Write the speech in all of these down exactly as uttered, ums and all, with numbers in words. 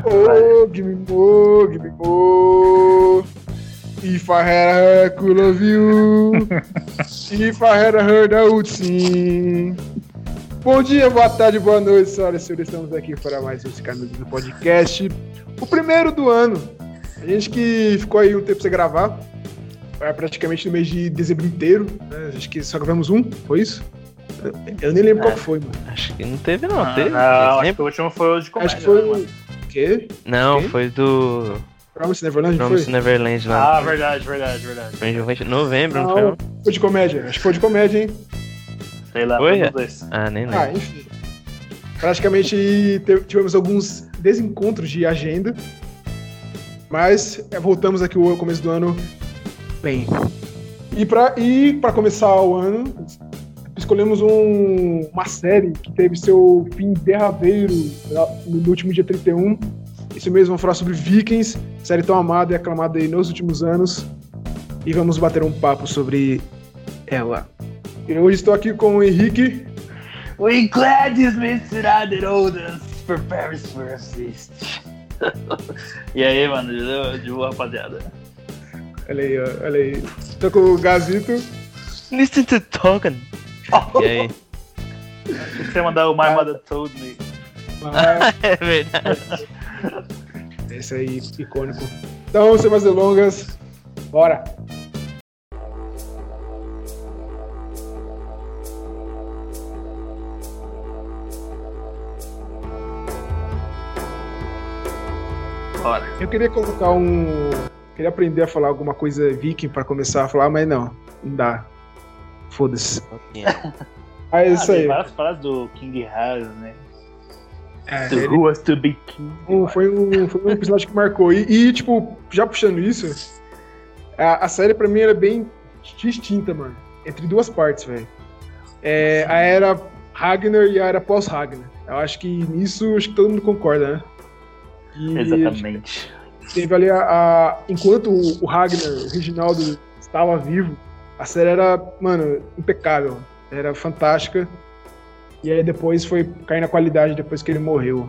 Oh, give me more, give me more. If I had a could love you. If I had heard I would sing. Bom dia, boa tarde, boa noite, senhoras e senhores. Estamos aqui para mais esse canal do podcast. O primeiro do ano. A gente que ficou aí um tempo sem gravar. Praticamente no mês de dezembro inteiro. Né? Acho que só gravamos um, foi isso? Eu nem lembro é, qual foi, mano. Acho que não teve, não. Ah, teve? Não, acho que o último foi o de comédia. Acho que foi o né, quê? Não, Quem? foi do... Promise Neverland, Promise foi? Neverland lá. Ah, verdade, verdade, verdade. Foi em novembro, não, não foi? Não? Foi de comédia. Acho que foi de comédia, hein? Sei lá, foi? foi dois. Ah, nem lembro. Ah, enfim. Praticamente tivemos alguns desencontros de agenda. Mas voltamos aqui o começo do ano bem. E para e pra começar o ano, escolhemos um, uma série que teve seu fim derradeiro no último dia trinta e um. Isso mesmo, vamos falar sobre Vikings, série tão amada e aclamada aí nos últimos anos. E vamos bater um papo sobre ela. Eu hoje estou aqui com o Henrique. We glad you missed out the oldest for Paris for assist. E aí, mano, de, de boa, rapaziada. Olha aí, ó, olha aí. Tô com o Gazito. Listen to Token. Oh. E aí? Acho que você mandar o My Mother Told Me. Ah, É verdade. esse aí, icônico. Então, sem mais delongas, bora! Bora. Eu queria colocar um... Queria aprender a falar alguma coisa viking pra começar a falar, mas não. Não dá. Foda-se. Ah, é isso ah, aí. Tem várias frases do King Harry, né? É, So ele... who was to be king? um, foi, um, foi um episódio que marcou. E, e, tipo, já puxando isso, a, a série pra mim era bem distinta, mano. Entre duas partes, velho. É, a era Ragnar e a era pós-Ragnar. Eu acho que nisso acho que todo mundo concorda, né? E Exatamente. teve ali a, a... Enquanto o, o Ragnar, o Reginaldo, estava vivo, a série era, mano, impecável. Era fantástica. E aí depois foi caindo a qualidade depois que ele morreu.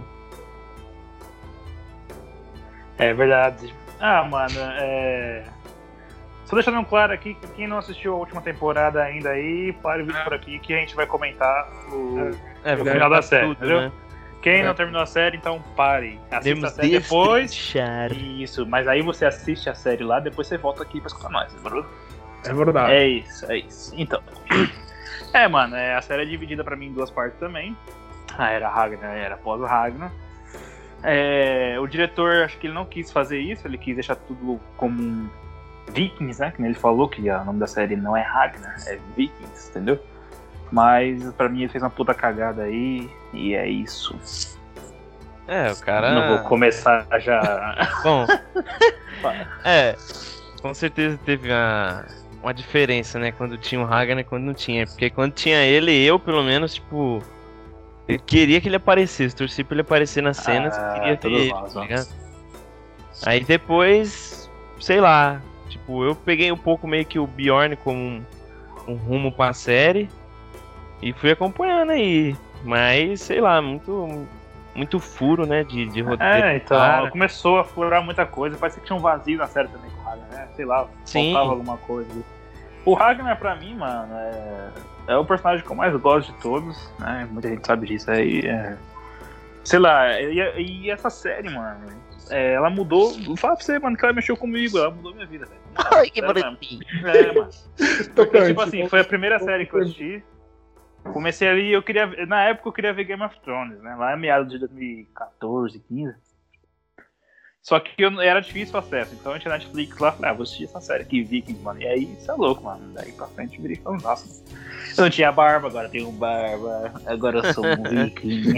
É verdade. Ah, mano, é... Só deixando claro aqui que quem não assistiu a última temporada ainda aí, pare o vídeo por aqui que a gente vai comentar o, É, o final da série, tudo, entendeu? né? Quem É. não terminou a série, então pare. Assista Temos a série depois. deixar. Isso, mas aí você assiste a série lá, depois você volta aqui pra escutar nós, demorou? É verdade. É isso, é isso. Então. É, mano, é, a série é dividida pra mim em duas partes também. A era Ragnar e a era pós-Ragnar. É, o diretor, acho que ele não quis fazer isso, ele quis deixar tudo como Vikings, né? Que ele falou que o nome da série não é Ragnar, é Vikings, entendeu? Mas pra mim ele fez uma puta cagada aí, e é isso. É, o cara... Não vou começar já. Bom, é, com certeza teve uma, uma diferença, né? Quando tinha o Ragnar e quando não tinha. Porque quando tinha ele, eu pelo menos, tipo... Eu queria que ele aparecesse, torci pra ele aparecer nas cenas, Ah, queria ter tudo ele, nós, tá ó. ligado? Aí depois, sei lá, tipo, eu peguei um pouco meio que o Bjorn como um, um rumo pra série e fui acompanhando aí, mas sei lá, muito muito furo, né, de, de roteiro. É, então, cara. começou a furar muita coisa, parece que tinha um vazio na série também com o Ragnar, né? Sei lá, Sim. faltava alguma coisa. O Ragnar, pra mim, mano, é, é o personagem que eu mais gosto de todos, né? Muita gente sabe disso aí. É... Sei lá, e, e essa série, mano, é, ela mudou. Vou falar pra você, mano, que ela mexeu comigo, ela mudou minha vida, velho. Ai, que É, mano. bonitinho. É, mano. Porque, Tocante. tipo assim, foi a primeira série que eu assisti. Comecei ali, eu queria. Na época eu queria ver Game of Thrones, né? Lá em meados de dois mil e quatorze, quinze. Só que eu, era difícil o acesso, então eu tinha Netflix lá, falei, ah, vou assistir essa série aqui, Vikings, mano. E aí, isso é louco, mano. Daí pra frente eu virei e falei, nossa, eu não tinha barba, agora tenho barba, agora eu sou um viking.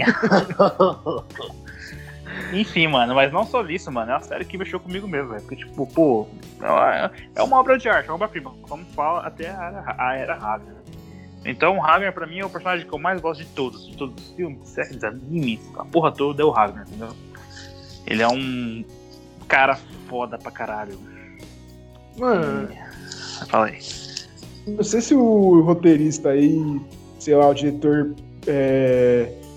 Enfim, mano, mas não só isso, mano, é uma série que mexeu comigo mesmo, velho. Porque, tipo, pô, é uma obra de arte, é uma obra-prima, como fala até a era, a era Ragnar. Então o Ragnar pra mim é o personagem que eu mais gosto de todos, de todos os filmes, séries, animes, a porra toda é o Ragnar, entendeu? Ele é um cara foda pra caralho. Mano, E... Fala aí. não sei se o roteirista aí, sei lá, o diretor é,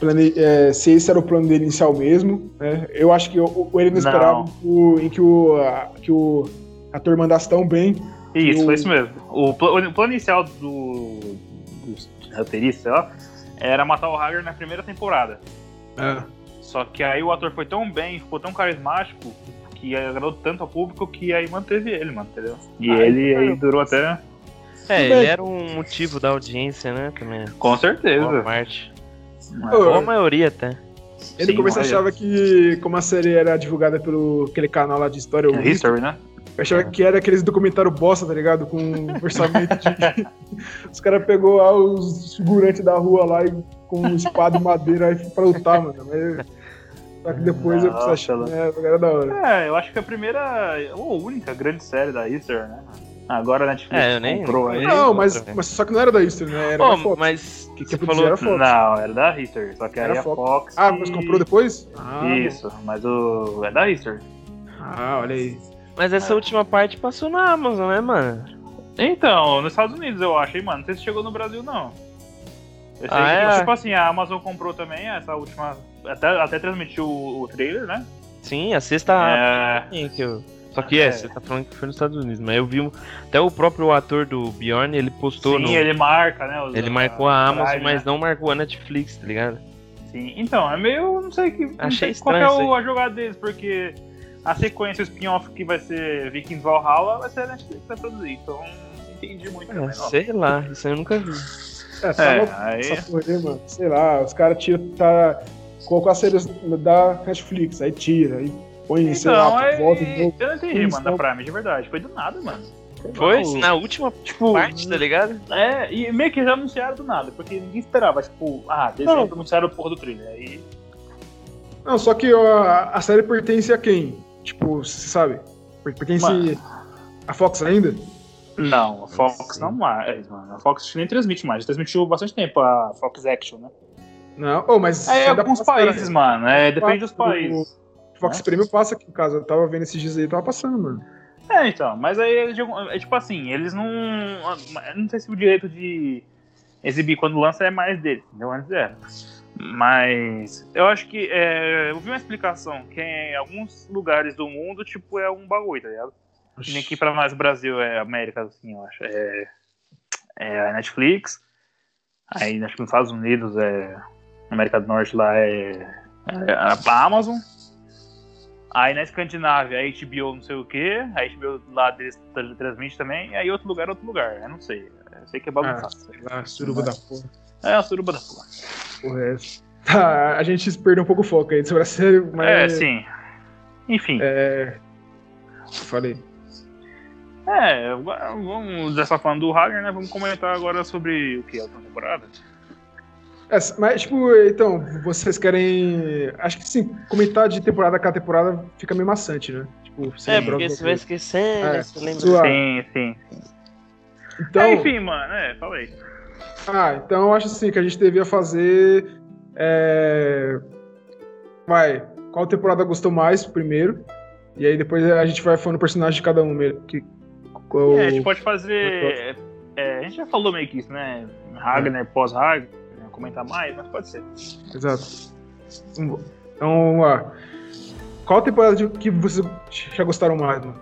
plane... é, se esse era o plano dele inicial mesmo, né? Eu acho que o, o ele não esperava Não. o, em que o, a, que o ator mandasse tão bem. Isso, Eu- foi isso mesmo. O, pl- o plano inicial do, dos roteiristas, sei lá, era matar o Hager na primeira temporada. É. Só que aí o ator foi tão bem, ficou tão carismático, que agradou tanto ao público que aí manteve ele, mano, entendeu? E Ah, ele então, aí durou até... É, Tudo ele bem. era um motivo da audiência, né? Também. Com Boa certeza. parte. Mas- Boa maioria até. Ele Sim, no começo olha. achava que, como a série era divulgada pelo aquele canal lá de história, o É History, né? eu achava que era aqueles documentários bosta, tá ligado? Com orçamento de. Os caras pegou lá os figurantes da rua lá e com espada e madeira aí pra lutar, mano. Mas... Só que depois eu Nossa, achei que né, era da hora. É, eu acho que a primeira, ou única grande série da History, né? Agora a Netflix É, eu nem- comprou aí. Não, mas, outra, velho. mas só que não era da History, né? Era Pô, da Fox. mas Que você que falou. era Fox. Não, era da History, só que aí Era a Fox. Fox... Ah, mas comprou depois? Ah, Isso, mas o... é da History. Ah, olha aí. Mas essa última parte passou na Amazon, né, mano? Então, nos Estados Unidos eu acho, hein, mano. Não sei se chegou no Brasil, não. Eu sei Ah, que, é? tipo assim, a Amazon comprou também essa última... Até, até transmitiu o, o trailer, né? Sim, a sexta. É... Sim, que eu... Só que é, É. você tá falando que foi nos Estados Unidos, mas eu vi um... até o próprio ator do Bjorn, ele postou Sim, no. ele marca, né? os- Ele marcou a Amazon, Prime, mas né? não marcou a Netflix, tá ligado? Sim, então, é meio... Não sei, que, não Achei sei qual que é estranho o, a jogada deles, porque a sequência, o spin-off que vai ser Vikings Valhalla, vai ser a Netflix que vai produzir. Então, não entendi muito É, também, não. sei lá, isso eu nunca vi. É, só É, uma- aí- essa porra aí, mano. Sei lá, os caras tiram. Tá, colocou as séries da Netflix, aí tira, aí põe, sei Então, lá, é... volta de novo. eu não entendi, Isso, mano, da não. Prime, de verdade. Foi do nada, mano. Foi? Não, Na última Tipo, parte, tá ligado? É, e meio que já anunciaram do nada, porque ninguém esperava, tipo, ah, dezembro Não. anunciaram o porra do trailer. Aí. Não, só que ó, a série pertence a quem? Tipo, você sabe? Pertence Mano. a Fox ainda? Não, a Fox Sim. não mais, mano. A Fox acho que nem transmite mais, já transmitiu bastante tempo a Fox Action, né? Não, oh, mas. É, ainda alguns passa, países, cara. mano, é, depende dos O- países. Fox né? Premium passa aqui em casa. Eu tava vendo esses dias aí, tava passando, mano. É, então, mas aí eles, é tipo assim, eles não. Eu não sei se o direito de exibir quando lança é mais deles, entendeu? Antes era. Mas eu acho que é, eu vi uma explicação que em alguns lugares do mundo, tipo, é um bagulho, tá ligado? Que nem aqui pra nós, o Brasil é América, assim, eu acho. É, é a Netflix. Aí, acho que nos Estados Unidos é. América do Norte lá é. é a Amazon. Aí na Escandinávia, a H B O não sei o que. A H B O lá deles tra- transmite também. Aí outro lugar, outro lugar. Eu não sei. Eu sei que é Ah, bagunçado. sei lá, suruba da porra. É a suruba da porra. Porra, é essa. Tá, a gente perdeu um pouco o foco aí sobre a série, mas. É, sim. Enfim. É. Falei. É, agora vamos, já só falando do Hager, né? Vamos comentar agora sobre o que? A última temporada? É, mas, tipo, então, vocês querem. Acho que sim, comentar de temporada a cada temporada fica meio maçante, né? Tipo, você É, lembra porque alguma você vai coisa. esquecendo, É, né? Você lembra. sua- Ah. Sim, sim. Então, É, enfim, mano, é, fala aí. ah, então eu acho assim que a gente devia fazer. É... Vai, qual temporada gostou mais primeiro? E aí depois a gente vai falando o personagem de cada um mesmo. Que, qual- É, a gente pode fazer. É, a gente já falou meio que isso, né? Ragnar, pós-Ragnar, comentar mais, mas pode ser. Exato. Vamos- Então, vamos lá. Qual temporada de- que vocês já gostaram mais, mano?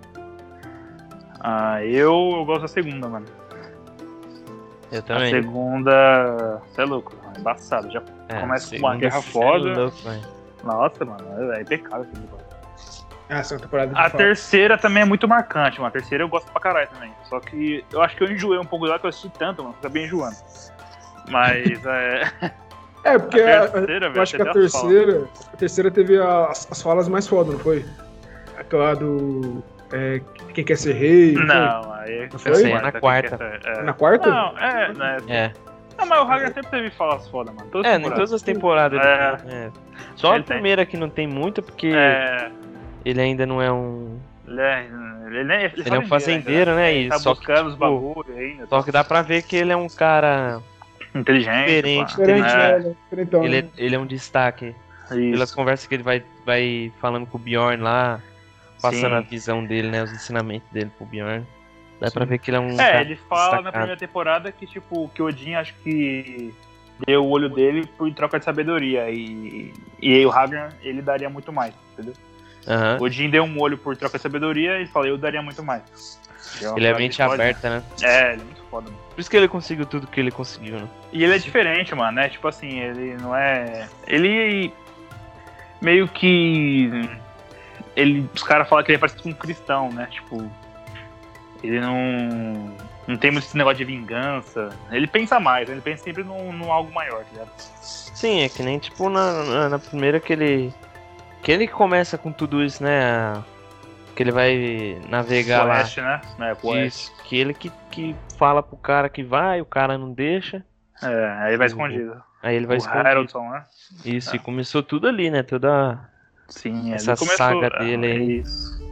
Ah, eu, eu gosto da segunda, mano. Eu A também. segunda. Você é louco, é embaçado. Já É, começa com segunda uma guerra cê é foda. louco, velho. Nossa, mano, é impecável essa temporada. Ah, essa é uma temporada de A fato. terceira também é muito marcante, mano. A terceira eu gosto pra caralho também. Só que eu acho que eu enjoei um pouco dela, que eu assisti tanto, mano. Acabei enjoando. Mas é. É, porque A a- terceira, eu velho, acho que a até as terceira, a terceira teve as, as falas mais fodas, não foi? Aquela do. é, quem quer ser rei? não Não, aí. Não foi? Essa aí é na que quarta. que é- foi? é. Na quarta? Não, é, né? É. Não, mas o Ragnar sempre teve falas foda, mano. Todas É, as em temporadas. todas as temporadas. É. ele- é. Só Ele a tem. primeira que não tem muito, porque É. ele ainda não é um. Ele é, ele é, Ele é um fazendeiro, né? Ele E tá só que, buscando os tipo, bagulhos ainda. Só que dá pra ver que ele é um cara. Inteligente. diferente, pá. Diferente, É, né? Diferentão. Ele né? é, ele é um destaque. isso. Pelas conversas que ele vai, vai falando com o Bjorn lá, passando Sim. a visão dele, né? Os ensinamentos dele pro Bjorn. Dá pra Sim. ver que ele é um. É, cara ele fala na destacado. primeira temporada que, tipo, que o Odin acho que deu o olho dele por troca de sabedoria. E, e aí o Ragnar, ele daria muito mais, entendeu? Uhum. O Odin deu um olho por troca de sabedoria e falou, eu daria muito mais. Ele é mente aberta, né? É, ele é muito foda, mano. Por isso que ele conseguiu tudo que ele conseguiu, né? E ele é diferente, mano, né? Tipo assim, ele não é... Ele meio que... Ele, os caras falam que ele é parecido com um cristão, né? Tipo, ele não... Não tem muito esse negócio de vingança. Ele pensa mais, ele pensa sempre num, num algo maior, tá ligado? Sim, é que nem tipo na, na, na primeira que ele... Que ele começa com tudo isso, né? A... Que ele vai navegar lá. Oeste, né? É, pro Isso, que ele que, que fala pro cara que vai, o cara não deixa. É, aí ele vai escondido. Aí ele vai o escondido. Haraldson, né? Isso, é. E começou tudo ali, né? Toda Sim, essa começou... saga dele aí. É isso.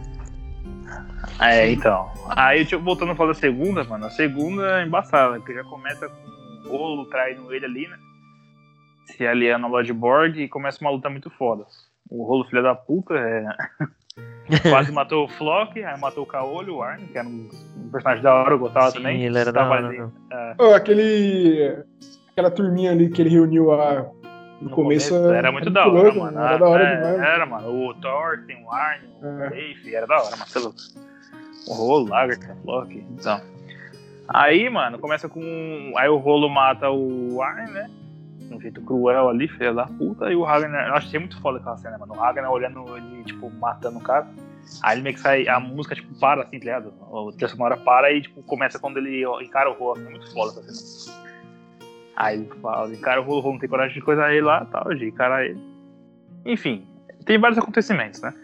É, então. Aí, tipo, voltando a falar da segunda, mano. A segunda é embaçada, porque já começa com o rolo traindo ele ali, né? Se aliando ao Lord Borg e começa uma luta muito foda. O rolo, filho da puta, é... quase matou o Flock, aí matou o Caolho, o Arn, que era um personagem da hora, eu gostava Sim, também. ele era da hora. Né? É. Oh, aquele... Aquela turminha ali que ele reuniu a... no, no começo, começo era muito da hora, louco, mano. Era da hora é, demais. Era, mano. O Thor, tem o Arn, o É. Dave, era da hora, mas pelo... O Rolo, Lagertha, Flock, então... Aí, mano, começa com... Aí o Rolo mata o Arn, né? De um jeito cruel ali, filha da puta. E o Ragnar... Eu achei muito foda aquela cena, mano. O Ragnar olhando ele, tipo, matando o cara. Aí ele meio que sai... A música, tipo, para, assim, tá ligado? O terço sonora para e, tipo, começa quando ele encara o Rolo. É muito foda essa cena. Aí ele fala, encara o Rolo, o Rolo não tem coragem de coisar ele lá, tal, de encarar ele. Enfim, tem vários acontecimentos, né?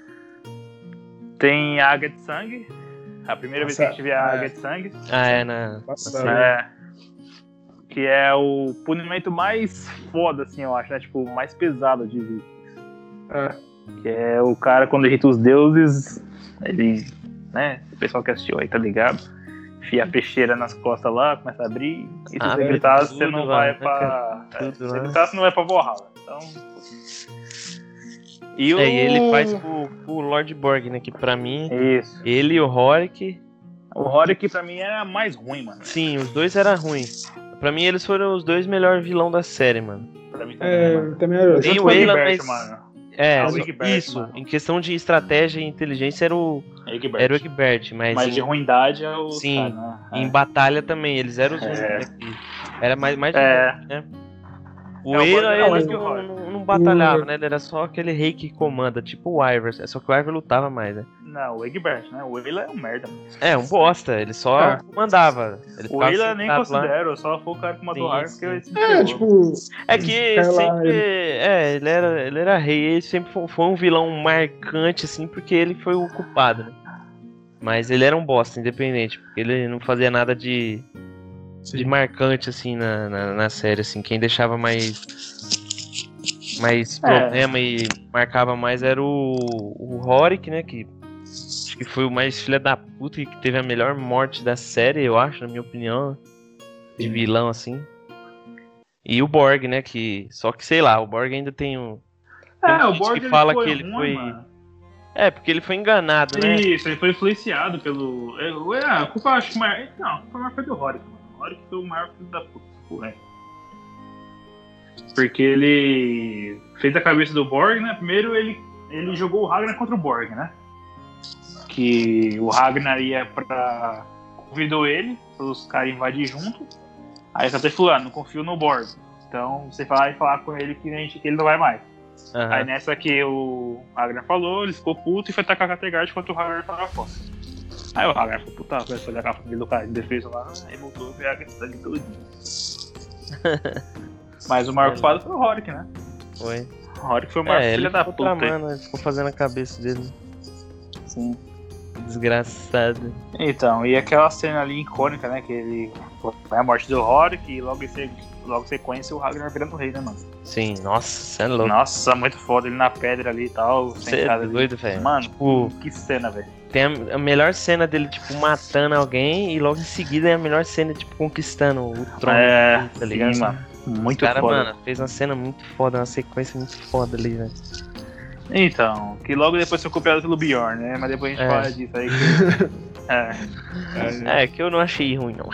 Tem a Águia de Sangue. A primeira Nossa, vez que a gente vê a é. Águia de Sangue. Ah, é, na... Nossa, É... Que é o punimento mais foda, assim, eu acho, né? Tipo, mais pesado de Vikings. É. Que é o cara, quando irrita os deuses, ele, né? O pessoal que assistiu aí, tá ligado? Enfia a peixeira nas costas lá, começa a abrir. E se Ah, você é gritar, tudo você não lá, vai né, pra... cara? É, Tudo se você lá. gritar, você não vai pra Valhalla. Então... E o... É, e ele faz pro, pro Lord Borg, né? Que pra mim, Isso. ele e o Horik... O Horik, pra mim, era mais ruim, mano. Sim, os dois eram ruins. Pra mim, eles foram os dois melhores vilão da série, mano. Pra mim também, É, mano. também era. Tem Junto o com Wayland, Egbert, mas... mano. É, Ah, o só- Egbert, isso. mano. Em questão de estratégia e inteligência era o, Egbert. era o Egbert, mas, Mas em, de ruindade é o... Sim, cara, né? em É. batalha também, eles eram os É. únicos, né, que era mais, mais É. difícil, né? O É, o Eira, Borg era ele mais que o não, Horik. não, não batalhava, O- né? Ele era só aquele rei que comanda, tipo o Ivor. Só que o Ivor lutava mais, né? Não, o Egbert, né? O Wayla é um merda, mano. É, um bosta, ele só É. comandava. Ele O ficava Wayla nem sentado lá. considero, só foi o cara que matou o Sim, Hark porque ele se É, ferrou. tipo. É que Cai lá, sempre. ele- É, ele era, ele era rei, ele sempre foi, foi um vilão marcante, assim, porque ele foi o culpado, né? Mas ele era um bosta, independente, porque ele não fazia nada de, de marcante, assim, na, na, na série, assim. Quem deixava mais. mais É. problema e marcava mais era o, o Horik, né? Que acho que foi o mais filha da puta e que teve a melhor morte da série, eu acho, na minha opinião. De vilão, assim. E o Borg, né? Que. Só que sei lá, o Borg ainda tem um. Tem É, o gente Borg que ele fala foi que ele ruim, foi. mano. É, porque ele foi enganado, né? Isso, ele foi influenciado pelo... É, a culpa acho que maior... Não, a culpa maior foi do Horik, mano. O Horik foi o maior filho da puta, porra. Porque ele fez a cabeça do Borg, né? Primeiro ele, ele jogou o Ragnar contra o Borg, né? Que o Ragnar ia pra... Convidou ele pros caras invadir junto. Aí só até falou, ah, não confio no Borg. Então você vai lá e falar com ele que, a gente, que ele não vai mais. Aham. Aí nessa que o Ragnar falou, ele ficou puto e foi atacar a Kattegat contra o Ragnar para a fossa. Aí o Ragnar ficou puta, começou a olhar a família do cara de defesa lá, aí voltou a pegar aquele sangue todinho. Mas o maior culpado foi o Horik, né? Foi. O Horik foi o maior É, ele filho da ficou puta. tramando, ele ficou fazendo a cabeça dele. Sim. Desgraçado. Então, e aquela cena ali icônica, né? Que ele foi a morte do Horik e logo em, se... logo em sequência o Ragnar virando rei, né, mano? Sim, nossa, você é louco. Nossa, muito foda, ele na pedra ali e tal. Você é sentado ali. doido, velho. Mano, Tipo, que cena, velho. tem a, a melhor cena dele, tipo, matando alguém e logo em seguida é a melhor cena, tipo, conquistando o trono. É, dele, tá ligado? sim, mano. Muito O cara, foda. mano, fez uma cena muito foda, uma sequência muito foda ali, velho. Então, que logo depois foi copiado pelo Bjorn, né? Mas depois a gente É. fala disso aí. Que... É. É, que eu não achei ruim, não.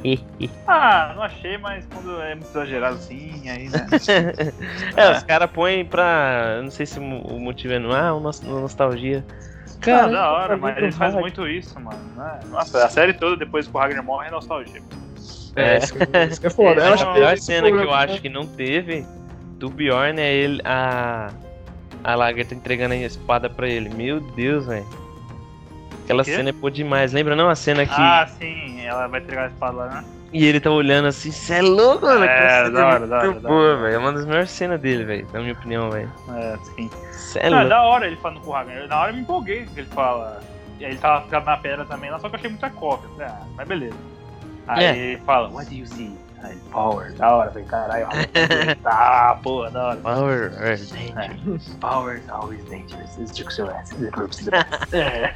Ah, não achei, mas quando é muito exagerado assim, aí, né? É, os caras põem pra. Eu não sei se o motivo é no. Ah, uma nostalgia. Cara, da hora, tá mas muito eles fazem hard. muito isso, mano. Né? Nossa, a série toda depois que o Ragnar morre é nostalgia. É, isso que é- isso que é foda. É, Ela A já não, teve pior esse cena que eu problema, acho né? que não teve do Bjorn é ele. A. A Lagertha entregando a espada pra ele. Meu Deus, velho. Aquela Quê? cena é pô demais. Lembra não a cena que. Ah, sim, ela vai entregar a espada lá, né? E ele tá olhando assim, cê é louco, mano. É, Aquela cena da hora, muito da hora, da boa, hora. velho. É uma das melhores cenas dele, velho. Na minha opinião, velho. É, sim. Cê é Não, é louco. da hora ele falando com o Ragnar. Na hora eu me empolguei que ele fala. E aí ele tava ficando na pedra também, lá, só que eu achei muita cópia. Falei, ah, mas beleza. Aí É. ele fala, what do you see? Aí, power, da hora, falei, caralho, tá, porra, da hora. Power or danger. É. Power is always dangerous. It's just your ass. É.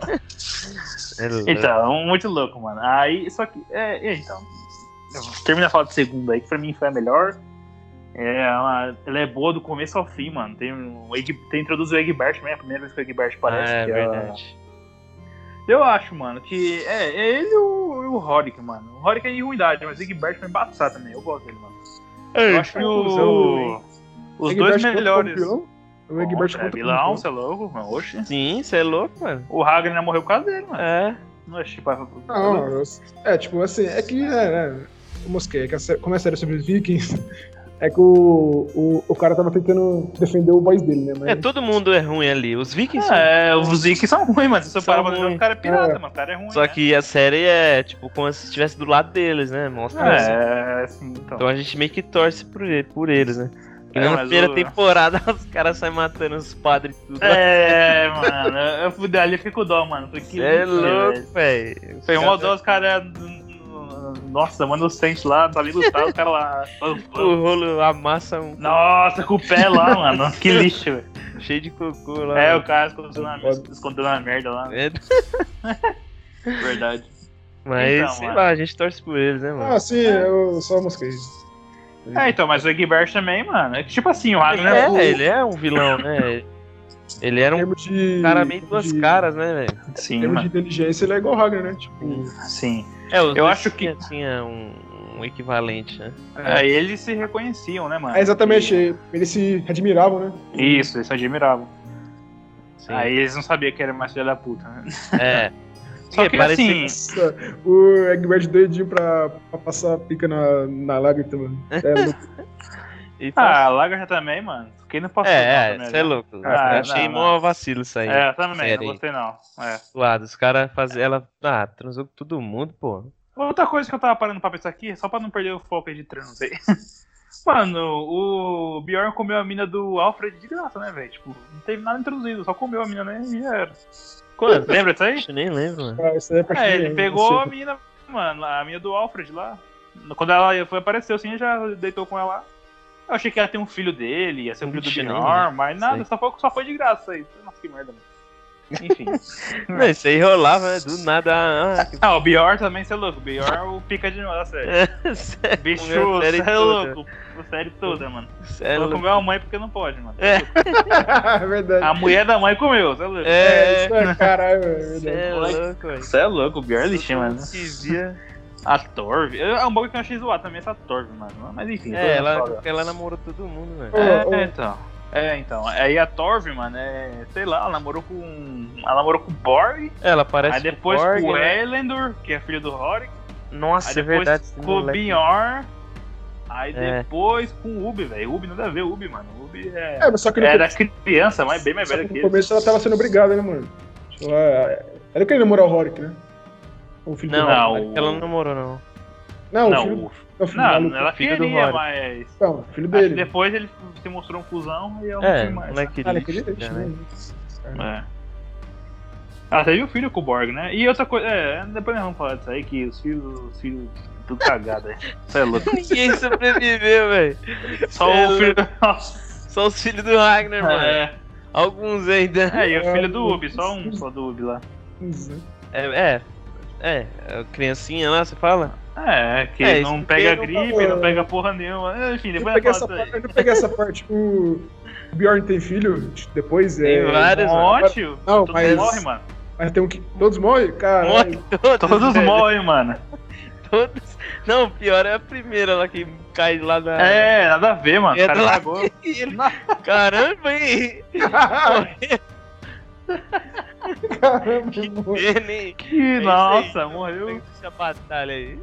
É louco. Então, muito louco, mano. Aí, só que, é, é, então. Termina a fala de segundo aí, que pra mim foi a melhor. É, ela, ela é boa do começo ao fim, mano. Tem, um, Egg- tem introduz o Egbert também, é a primeira vez que o Egbert aparece. Ah, é que ela- verdade. Eu acho, mano, que é, é ele e o, o Rorik, mano. O Rorik é em ruindade, mas o Egbert foi embaçado também. Eu gosto dele, mano. Eu acho que o, os Egbert dois conta melhores. como vilão? O Egbert Contra, é conta como vilão, vilão? você é louco, mano. Oxe. Sim, você é louco, mano. O Ragnar morreu por causa dele, mano. É. Não é tipo. Não, eu- é tipo assim, é que, é, né, eu mosquei, é que a sé- como é série sobre os vikings, é que o, o, o cara tava tentando defender o país dele, né, mas... É, todo mundo é ruim ali. Os vikings são. É, os Vikings são ruins, mano. Se você São parar pra ver, ruins. o cara é pirata, É. mano. O cara é ruim. Só né? que a série é, tipo, como se estivesse do lado deles, né? Mostra assim. É, assim, então. Então a gente meio que torce por, ele- por eles, né? E É, na mas primeira o- temporada os caras saem matando os padres e tudo. É, mano. Eu fui ali, eu fiquei com dó, mano. Porque Cê é louco, velho. Foi uma dó, os caras. Nossa, mano, inocente lá, tá ali lutar, os caras lá. O rolo amassa um Nossa, com o pé lá, mano. Que lixo, velho. cheio de cocô lá. É, o cara escondeu na, escondeu na merda lá. É, Verdade. mas, Então, sei mano. lá, a gente torce por eles, né, mano? Ah, sim, eu só mosquei. É, então, mas o Egbert também, mano. É que tipo assim, o Ragnar. É, o- ele é um vilão, né? Ele era Em um termos de... cara meio duas de- caras, né, velho? Em Sim, termos de mano. inteligência, ele é igual o Ragnar, né? Tipo, Sim. É, os Eu dois acho que- tinha, tinha um, um equivalente, né? Aí eles se reconheciam, né, mano? é exatamente, eles se admiravam, né? E- Isso, eles se admiravam. Sim. Aí eles não sabiam que era mais filha da puta, né? É. Só É, que parece- assim. Nossa, o Egbert doidinho pra, pra passar pica na, na Lagertha, mano. É louco. E faz- Ah, a Lagertha também, mano. Quem não passou é, é, não, você é louco. Ah, eu achei não, mó vacilo isso aí. É, eu também, série não aí. gostei não. É. Suado, os caras fazem. Ela. Ah, transou com todo mundo, pô. Outra coisa que eu tava parando pra pensar aqui, só pra não perder o foco aí de trans aí. Mano, o Bjorn comeu a mina do Alfred de graça, né, velho? Tipo, não teve nada introduzido, só comeu a mina, né? E já era. Quando? Lembra disso aí? Eu nem lembro, mano. Ah, isso aí é pra É, ele quem- pegou a você- mina, mano, a mina do Alfred lá. Quando ela foi apareceu assim, já deitou com ela lá. Eu achei que ia ter um filho dele, ia ser um filho do Vixe, nem Bjorn, lembro. mas nada, Sei. só foi, só foi de graça aí. Nossa, que merda, mano. Enfim. Não, isso aí rolava, né? Do nada. Ah, que... Ah, o Bjorn também, você é louco. O Bjorn é o pica de novo, da série. Bicho, Comeu a série você é toda. louco. A série toda, mano. Cê é Só louco. comeu a mãe porque não pode, mano. É. É verdade. A mulher da mãe comeu, você é louco. É, É, isso é caralho, é cê verdade. é Moleque. louco, velho. Você é louco, o Bjorn é lixinho, mano. Que via. A Torv. É um bagulho que eu achei zoado também, essa Torv, mano. Mas enfim. É, toda ela, foda. ela namorou todo mundo, velho. É, Ô, ô. então. É, então. Aí a Torv, mano, é. Sei lá, ela namorou com. Ela namorou com o Borg. Ela parece Aí depois com o Borg, com o né? Elendor, que é filho do Rorik. Nossa, Aí é depois verdade. esse com o moleque. Bjorn. Aí É. depois com o Ubi, velho. Ubi nada a ver, Ubi, mano. Ubi é. É, mas só que no, Era criança, mas bem mais só velha que que no ele. começo ela tava sendo obrigada, né, mano? Tipo, ela, ela queria namorar o Rorik, né? O filho Não, do Rorik. Não, ela o- não namorou, não. Não, o Não, filho, o- é o filho não, maluco. ela filho do queria, Rorik. mas. Não, o filho Acho que dele. depois ele se mostrou um cuzão e eu não É, fui mais. moleque Ah, ele lixo, queria deixar, né? né? É. Ah, teve o filho com o Borg, né? E outra coisa, é, depois nós vamos falar disso aí, que os filhos, os filhos, tudo cagado aí. Você é louco. Ninguém sobreviveu, velho. Só É o filho. Nossa. Só os filhos do Ragnar, mano. É. Alguns ainda. É, e o filho do Ubi, só um só do Ubi lá. Isso, né? É, é. É, a criancinha lá, você fala? É, que É, não isso pega porque gripe, não- não pega porra nenhuma. Enfim, Eu depois não peguei eu essa falo parte, isso eu não peguei essa parte. O Bjorn tem filho depois. Tem é, vários, aí. mano. Ótimo. Não, Todos mas- morrem, mano. Mas tem um que. Todos morrem? Cara. Morre todos, Todos velho. morrem, mano. Todos. Não, o pior é a primeira lá que cai lá na. É, nada a ver, mano. O Entra cara lá. cagou. E ele- Caramba, hein? Caramba, Que morreu. pena, hein? Que, É isso nossa, aí. morreu. Tem essa batalha aí.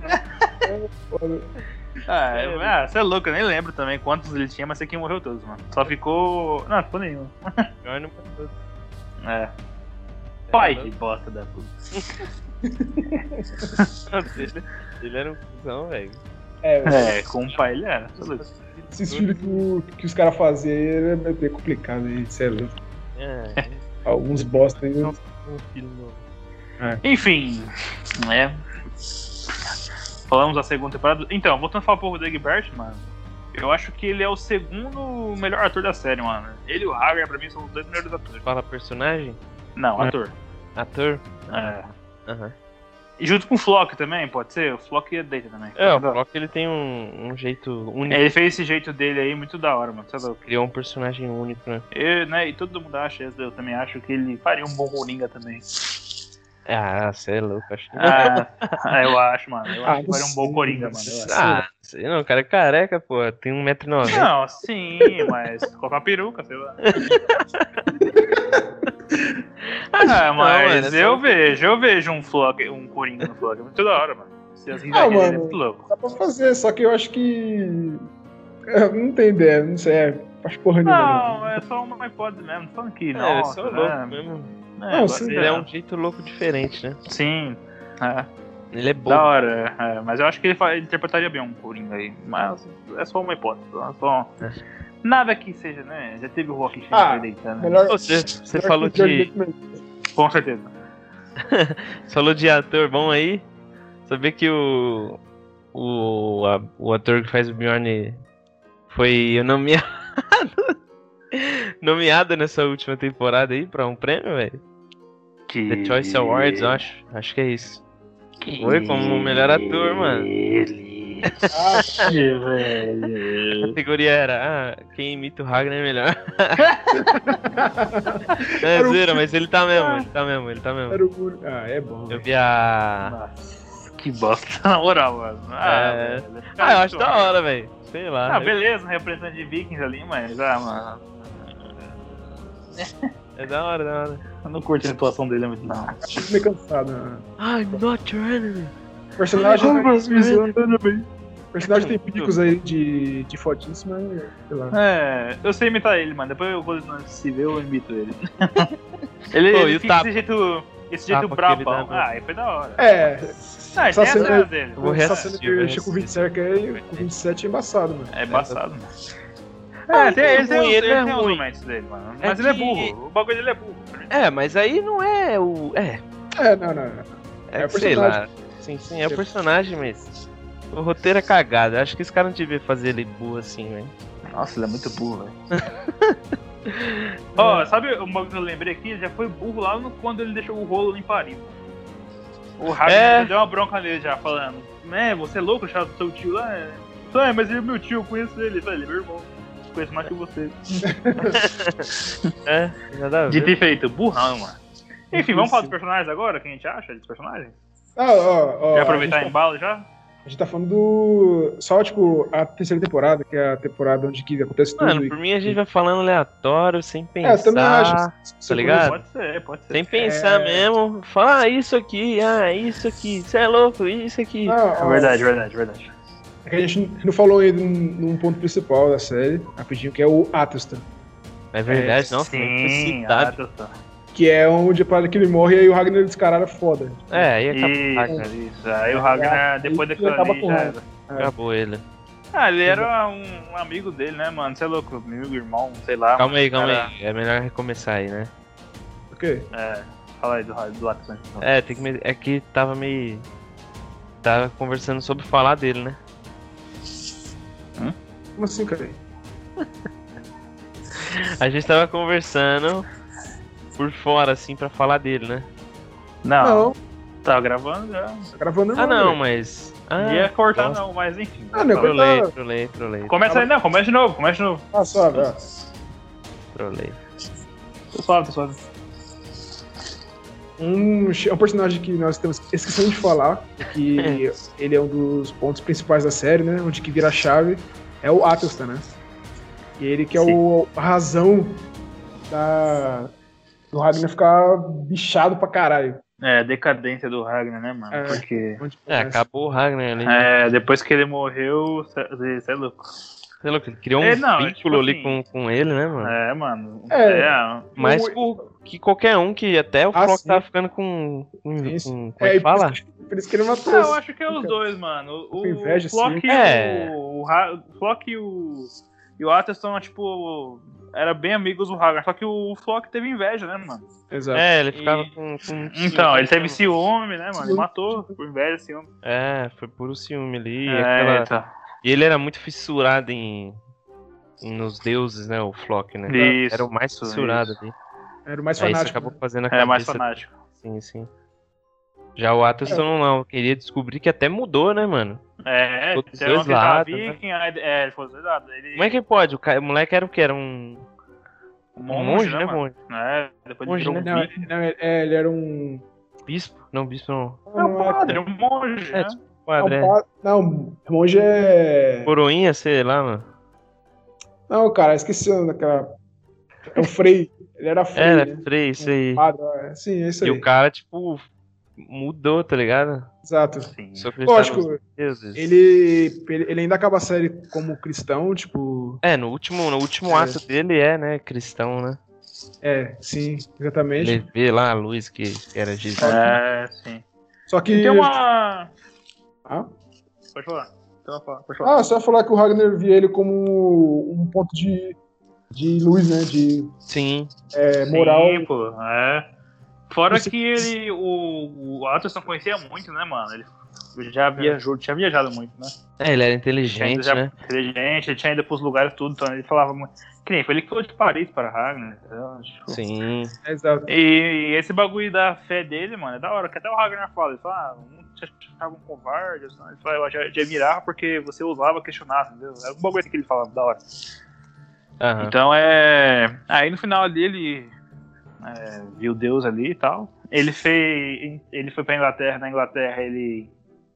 Ah, É, é, ah, você é louco, eu nem lembro também quantos ele tinha, mas sei que morreu todos, mano. Só ficou. Não, ficou nenhum. Pior não passou. É. Pai de bosta da puta. Nossa, ele, ele era um cuzão, velho. É, É, com o pai ele era. tá louco. esses filhos que, o- que os caras faziam é bem complicado aí, sério. É, Alguns bosta aí. um filho novo. Enfim, né? Falamos da segunda temporada. Então, voltando a falar um pouco do Egbert, mano. Eu acho que ele é o segundo melhor ator da série, mano. Ele e o Hagar, pra mim, são os dois melhores atores. Fala personagem? Não, É. ator. Ator? É. Aham. E junto com o Flock também, pode ser? O Flock é deita também. É, o Brock ele tem um, um jeito único. Ele fez esse jeito dele aí muito da hora, mano. Você é louco. Criou um personagem único, né? Eu, né, e todo mundo acha, eu também acho que ele faria um bom Coringa também. Ah, você é louco, acho que Ah, ah, eu acho, mano. Eu Ah, acho que faria um bom sim, Coringa, mano. Eu acho. Ah, sei não, o cara é careca, pô. Tem um metro e noventa. Não, sim, mas colocar uma peruca, sei lá. Ah, mas mano, é só- eu vejo, eu vejo um Flock, um Coringa no Flock. É muito da hora, mano. Se as Ah, risadinhas dele é mano. muito louco. Dá pra fazer, só que eu acho que. Eu não tenho ideia, não sei. É, acho porra nenhuma. Não, é só uma hipótese mesmo. Não falando que, É, nossa, é só né? louco mesmo. É, Não, agora sim, você- Ele é um jeito louco diferente, né? Sim, é. Ele é Da bom. hora, é, mas eu acho que ele, fa- ele interpretaria bem um Coringa aí. Mas é só uma hipótese. É só... É. Nada que seja, né? Já teve o Rock Ah, deitando. Melhor. assim. Você, você melhor falou que o de. Johnny Depp mesmo. Com certeza. Você falou de ator bom aí. Sabia que o. O, a- o ator que faz o Bjorn foi nomeado. nomeado nessa última temporada aí pra um prêmio, velho. Que... The Choice Awards, eu acho. Acho que é isso. Foi como o melhor ator, mano. Ele. Ah, velho. A categoria era, ah, quem imita o Ragnar é melhor. Não é Era o- zoeira, mas ele tá mesmo, ele tá mesmo, ele tá mesmo. era o único. Ah, é bom. Eu velho. vi a. Nossa, que bosta, na moral, mano. Ah, É. velho. Ah, eu acho da hora, velho. Sei lá. Ah, beleza, representante de Vikings ali, mas, ah, mano. É da hora, da hora. Eu não curto a atuação dele muito, não. Fico meio cansado. Né? I'm not your enemy. O personagem. bem. O personagem tem picos aí de, de fotinhos, mas. Sei lá. É, eu sei imitar ele, mano. Depois eu vou se ver, eu imito ele. ele Pô, ele e o fica tapa? desse jeito. Esse jeito Tapa que ele brabão. dá, né? Ah, aí foi da hora. É. Ah, ele Só tem as sendo- cenas dele. Eu vou Essa reassistir, cena que eu vou ele chega com vinte e sete aí, com vinte e sete é embaçado, mano. É embaçado, mano. Ah, É, tem, ele tem, ruim, os- ele ele é tem os ruim. momentos dele, mano. É Mas ele é que- burro. O bagulho dele é burro. É, mas aí não é o. É, É, não, não, não. é, É o que sei lá. personagem. Sim, sim, é o personagem, mas. O roteiro é cagado. Acho que esse cara não devia fazer ele burro assim, velho. Nossa, ele é muito burro, velho. Ó, sabe o bagulho que eu lembrei aqui? Ele já foi burro lá no, quando ele deixou o rolo em Paris. O Ragnar É. já deu uma bronca nele já, falando: né, você é louco, achar do seu tio lá? É, é, mas ele é meu tio, eu conheço ele. Eu falei, ele é meu irmão. Conheço mais que você. É, nada a Dito ver. e feito, burrão, mano. Enfim, vamos falar dos personagens agora? O que a gente acha dos personagens? Ah, ó, ó, Quer a aproveitar gente o tá- embalo já? A gente tá falando do. Só, tipo, a terceira temporada, que é a temporada onde que acontece tudo. Mano, e- por mim a gente vai falando aleatório, sem pensar. É, eu também acho. Tá ligado? Pode ser, pode ser. Sem pensar É. mesmo. Falar ah, isso aqui, ah, isso aqui. Você é louco, isso aqui. Ah, É ó, verdade, verdade, verdade. é que a gente não falou ainda num, num ponto principal da série, rapidinho, que é o Atelstan. É verdade, É, nossa, nem foi sim, citado. Atelstan. Que é onde a parada que ele morre e aí o Ragnar descarada foda. É, aí acabou, Isso, Ragnar, isso. Aí o Ragnar, depois Aí daquilo acaba ali, com já raiva. era. acabou ele. Ah, ele era um, um amigo dele, né, mano? Você é louco, amigo, irmão, sei lá. Calma aí, calma Era- aí. É melhor recomeçar aí, né? O quê? É, fala aí do, do Atelstan. É, tem que me... É que tava meio. Tava conversando sobre falar dele, né? Como assim, cara? A gente tava conversando por fora, assim, pra falar dele, né? Não, Não. Tá gravando já. Tá gravando Ah, não, velho. mas... Ah, Não ia cortar nossa. não, mas enfim. Ah, não, Trolei, cortar. trolei, trolei. Começa aí, não, começa de novo, começa de novo. Ah, só, velho. Trolei. Tô suave, tô suave. Um, é um personagem que nós estamos esquecendo de falar, que ele é um dos pontos principais da série, né? Onde que vira a chave, é o Athelstan, né? E ele que é o, a razão da, do Ragnar ficar bichado pra caralho. É, decadência do Ragnar, né, mano? É. Porque. Onde É, começa. acabou o Ragnar ali. né? É, depois que ele morreu, você é louco. Sei lá, ele criou um É, não, é vínculo tipo ali assim- com, com ele, né, mano? É, mano. É. é Mais o- por que qualquer um, que até o Ah, Flock sim. tava ficando com... com, Isso. com como é É, que e por fala? isso que- por isso que ele matou. Ah, eu esse- acho que é os dois, mano. O, Com inveja, o Flock sim. e É. o, o, Ra- o Flock e o. E o Athelstan, tipo, era bem amigos do Ragnar. Só que o Flock teve inveja, né, mano? Exato. É, ele ficava E- com... com Então, ele teve ciúme. ciúme, né, mano? Ele Ciúme. matou por inveja, ciúme. É, foi puro ciúme ali. É, aquela... então. E ele era muito fissurado em... em- nos deuses, né, o Flock, né? Isso, Era o mais isso, fissurado isso. ali. Era o mais Aí isso fanático. acabou fazendo a É mais cabeça... fanático. Sim, sim. Já o Athelstan não, queria descobrir que até mudou, né, mano? É, Ficou dos teve uma dois que ele tava lados, né? viking, aí, é, ele foi dos dois lados. Ele, Como é que pode? O, ca... o moleque era o que? Era um... um um monge, monge, né, né, mano? monge? É, depois Monge, ele virou Não, um viking. não, é, ele era um. Bispo? Não, bispo não. Não, não, é- Ele é um monge, É, né? tipo, é padre, um é. pa- não, monge é. Coroinha, sei lá, mano. Não, cara, esqueci o nome daquela. É o Frei. Ele era Frei. Era, né? Frei, isso aí. Um padre, é. Sim, é isso E aí. o cara, tipo, mudou, tá ligado? Exato. Sim. Só acreditava Lógico, nos deuses. ele, ele, ele ainda acaba a série como cristão, tipo. É, no último, no último É. ato dele é, né, cristão, né? É, sim, exatamente. Ele vê lá a luz que era Jesus. É, sim. Só que. E tem uma. Ah? Pode falar. Tem uma fala, Pode falar. Ah, só ia falar que o Ragnar via ele como um ponto de, de luz, né? De Sim. é, moral. Sim, pô, é. Fora Você- que ele. O, o Athelstan conhecia muito, né, mano? Ele já viajou, tinha viajado muito, né? É, ele era Tinha inteligente, ido já né? inteligente, ele tinha ido pros lugares tudo, então ele falava muito. Que nem foi ele que falou de Paris para Ragnar. Então, tipo, Sim. É, exato. E esse bagulho da fé dele, mano, é da hora, que até o Ragnar fala, ele fala, ah, um te achava um covarde, assim, ele fala, eu já te admirava porque você usava questionar, entendeu? Era um bagulho assim que ele falava, da hora. Aham. Então é. Aí no final ali ele é, viu Deus ali e tal. Ele fez. Ele foi pra Inglaterra, na Inglaterra ele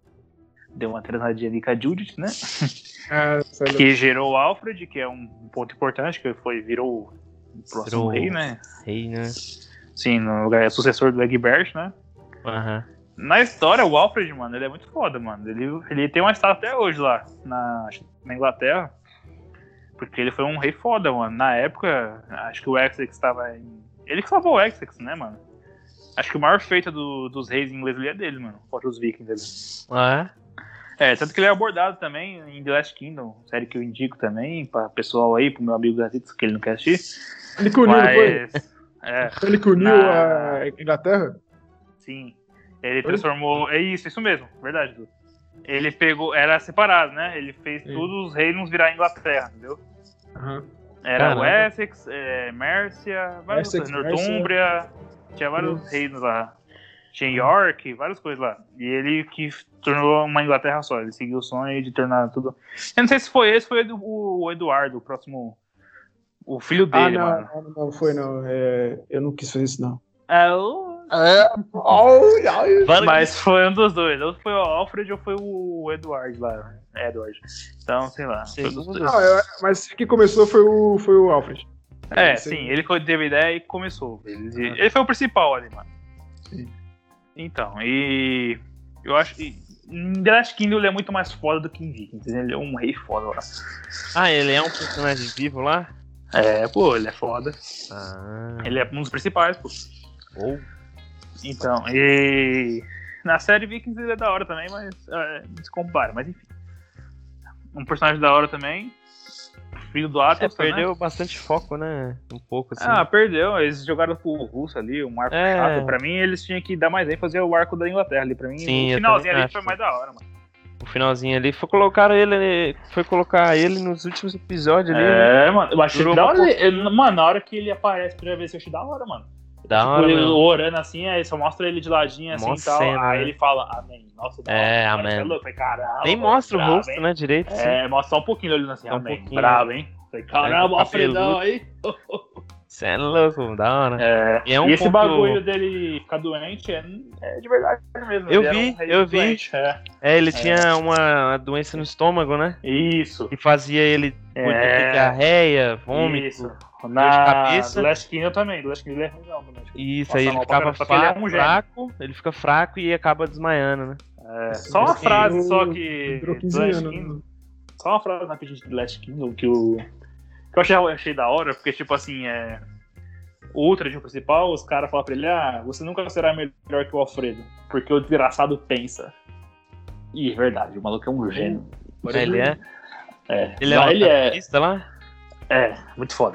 deu uma treinadinha ali com a Judith, né? Ah, sabe? Que gerou o Alfred, que é um ponto importante, que foi, virou o próximo Virou- rei, né? Rei, né? Sim, no lugar, é sucessor do Egbert, né? Aham. Na história, o Alfred, mano, ele é muito foda, mano. Ele, ele tem uma estátua até hoje lá, na, na Inglaterra. Porque ele foi um rei foda, mano. Na época, acho que o Essex estava em... Ele que salvou o Essex, né, mano? Acho que o maior feito do, dos reis ingleses ali é dele, mano. Contra os vikings ali. Ah, É, tanto que ele é abordado também em The Last Kingdom. Série que eu indico também pra pessoal aí, pro meu amigo Gazitos, que ele não quer assistir. Ele que uniu, não foi? Mas... É, Ele que uniu Na- a Inglaterra? sim. Ele transformou... É isso, isso mesmo. Verdade, Du. Ele pegou... Era separado, né? Ele fez Sim. todos os reinos virar Inglaterra, entendeu? Aham. Era Caramba. o Essex, é, Mércia, vários Essex, outros, Nortúmbria, tinha vários reinos lá. Tinha York, várias coisas lá. E ele que tornou uma Inglaterra só. Ele seguiu o sonho de tornar tudo. Eu não sei se foi esse, foi o o Eduardo, o próximo. O filho Ah, dele, não, mano. não, não foi não. É, eu não quis fazer isso, não. É, o- É. Ai, ai. Mas foi um dos dois. Ou foi o Alfred ou foi o Edward lá. Edward. Então, sei lá. Foi um dos Segundo- dois. Não, eu- mas quem começou foi o, foi o Alfred. É, Sim. sim, ele foi teve ideia e começou. Ele, ele foi o principal ali, mano. Sim. Então, e eu acho que em The Last Kingdom ele é muito mais foda do que em Vikings. Ele é um rei foda lá. Ah, ele é um personagem vivo lá? É, pô, ele é foda. Ah. Ele é um dos principais, pô. Ou. Então, e na série Vikings ele é da hora também, mas é, não se compara, mas enfim. Um personagem da hora também. Filho do É, Athelstan, perdeu né? bastante foco, né? Um pouco assim. Ah, perdeu. Eles jogaram pro russo ali, um arco É. chato. Pra mim, eles tinham que dar mais ênfase ao arco da Inglaterra ali. Pra mim, Sim, o eu finalzinho também ali foi acho. mais da hora, mano. O finalzinho ali foi colocar ele. Foi colocar ele nos últimos episódios ali. né? É, mano, eu achei Durou da uma hora. ele- Mano, na hora que ele aparece pra ver se eu achei da hora, mano. Da tipo, hora, ele meu. orando assim, aí só mostra ele de ladinho assim Mó e tal. cena, Aí né? ele fala, amém. Nossa, da É, hora, amém. é louco. Falei, caramba, Nem mano, mostra o brabo, rosto, hein? né, direito, assim. É, mostra só um pouquinho ele olhando assim, Só um amém. pouquinho, Brabo, hein? Falei, caramba, É, ó, o Fredão cabeludo. aí. Cê é louco, da hora. É, E é um e esse ponto- bagulho dele ficar doente é, é de verdade mesmo. Eu ele era vi, um rei eu vi. doente, é. É, ele tinha uma doença no estômago, né? Isso. Que fazia ele poder É. ter diarreia, vômito. Isso. dor de Na cabeça. do Last Kingdom também. Do Last Kingdom ele é ruimzão também. Isso, Passa aí ele mal pra ficava caramba, só que ele é fra- um gênio. fraco, ele fica fraco e acaba desmaiando, né? É, só uma Esse frase durou- só que. durou do quinze Last anos. Kingdom, né? só uma frase rapidinho de Last Kingdom que o. Que eu achei, eu achei da hora, porque, tipo assim, é. O Ultra principal, os caras falam pra ele: ah, você nunca será melhor que o Alfredo, porque o desgraçado pensa. E é verdade, o maluco é um gênio. Ele é. É, Ele é Não, um ele é, ativista lá? é, muito foda.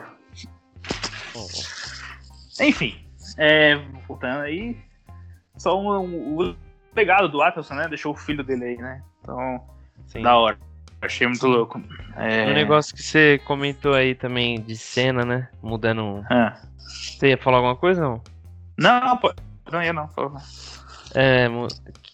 Enfim, é, voltando aí, só um, um- o legado do Athelson, né? Deixou o filho dele aí, né? Então, Sim. da hora. Achei muito louco. É... Um negócio que você comentou aí também de cena, né? Mudando. um- Ah. Você ia falar alguma coisa, não? Não, não, pô. Não ia não, por favor. É, mu-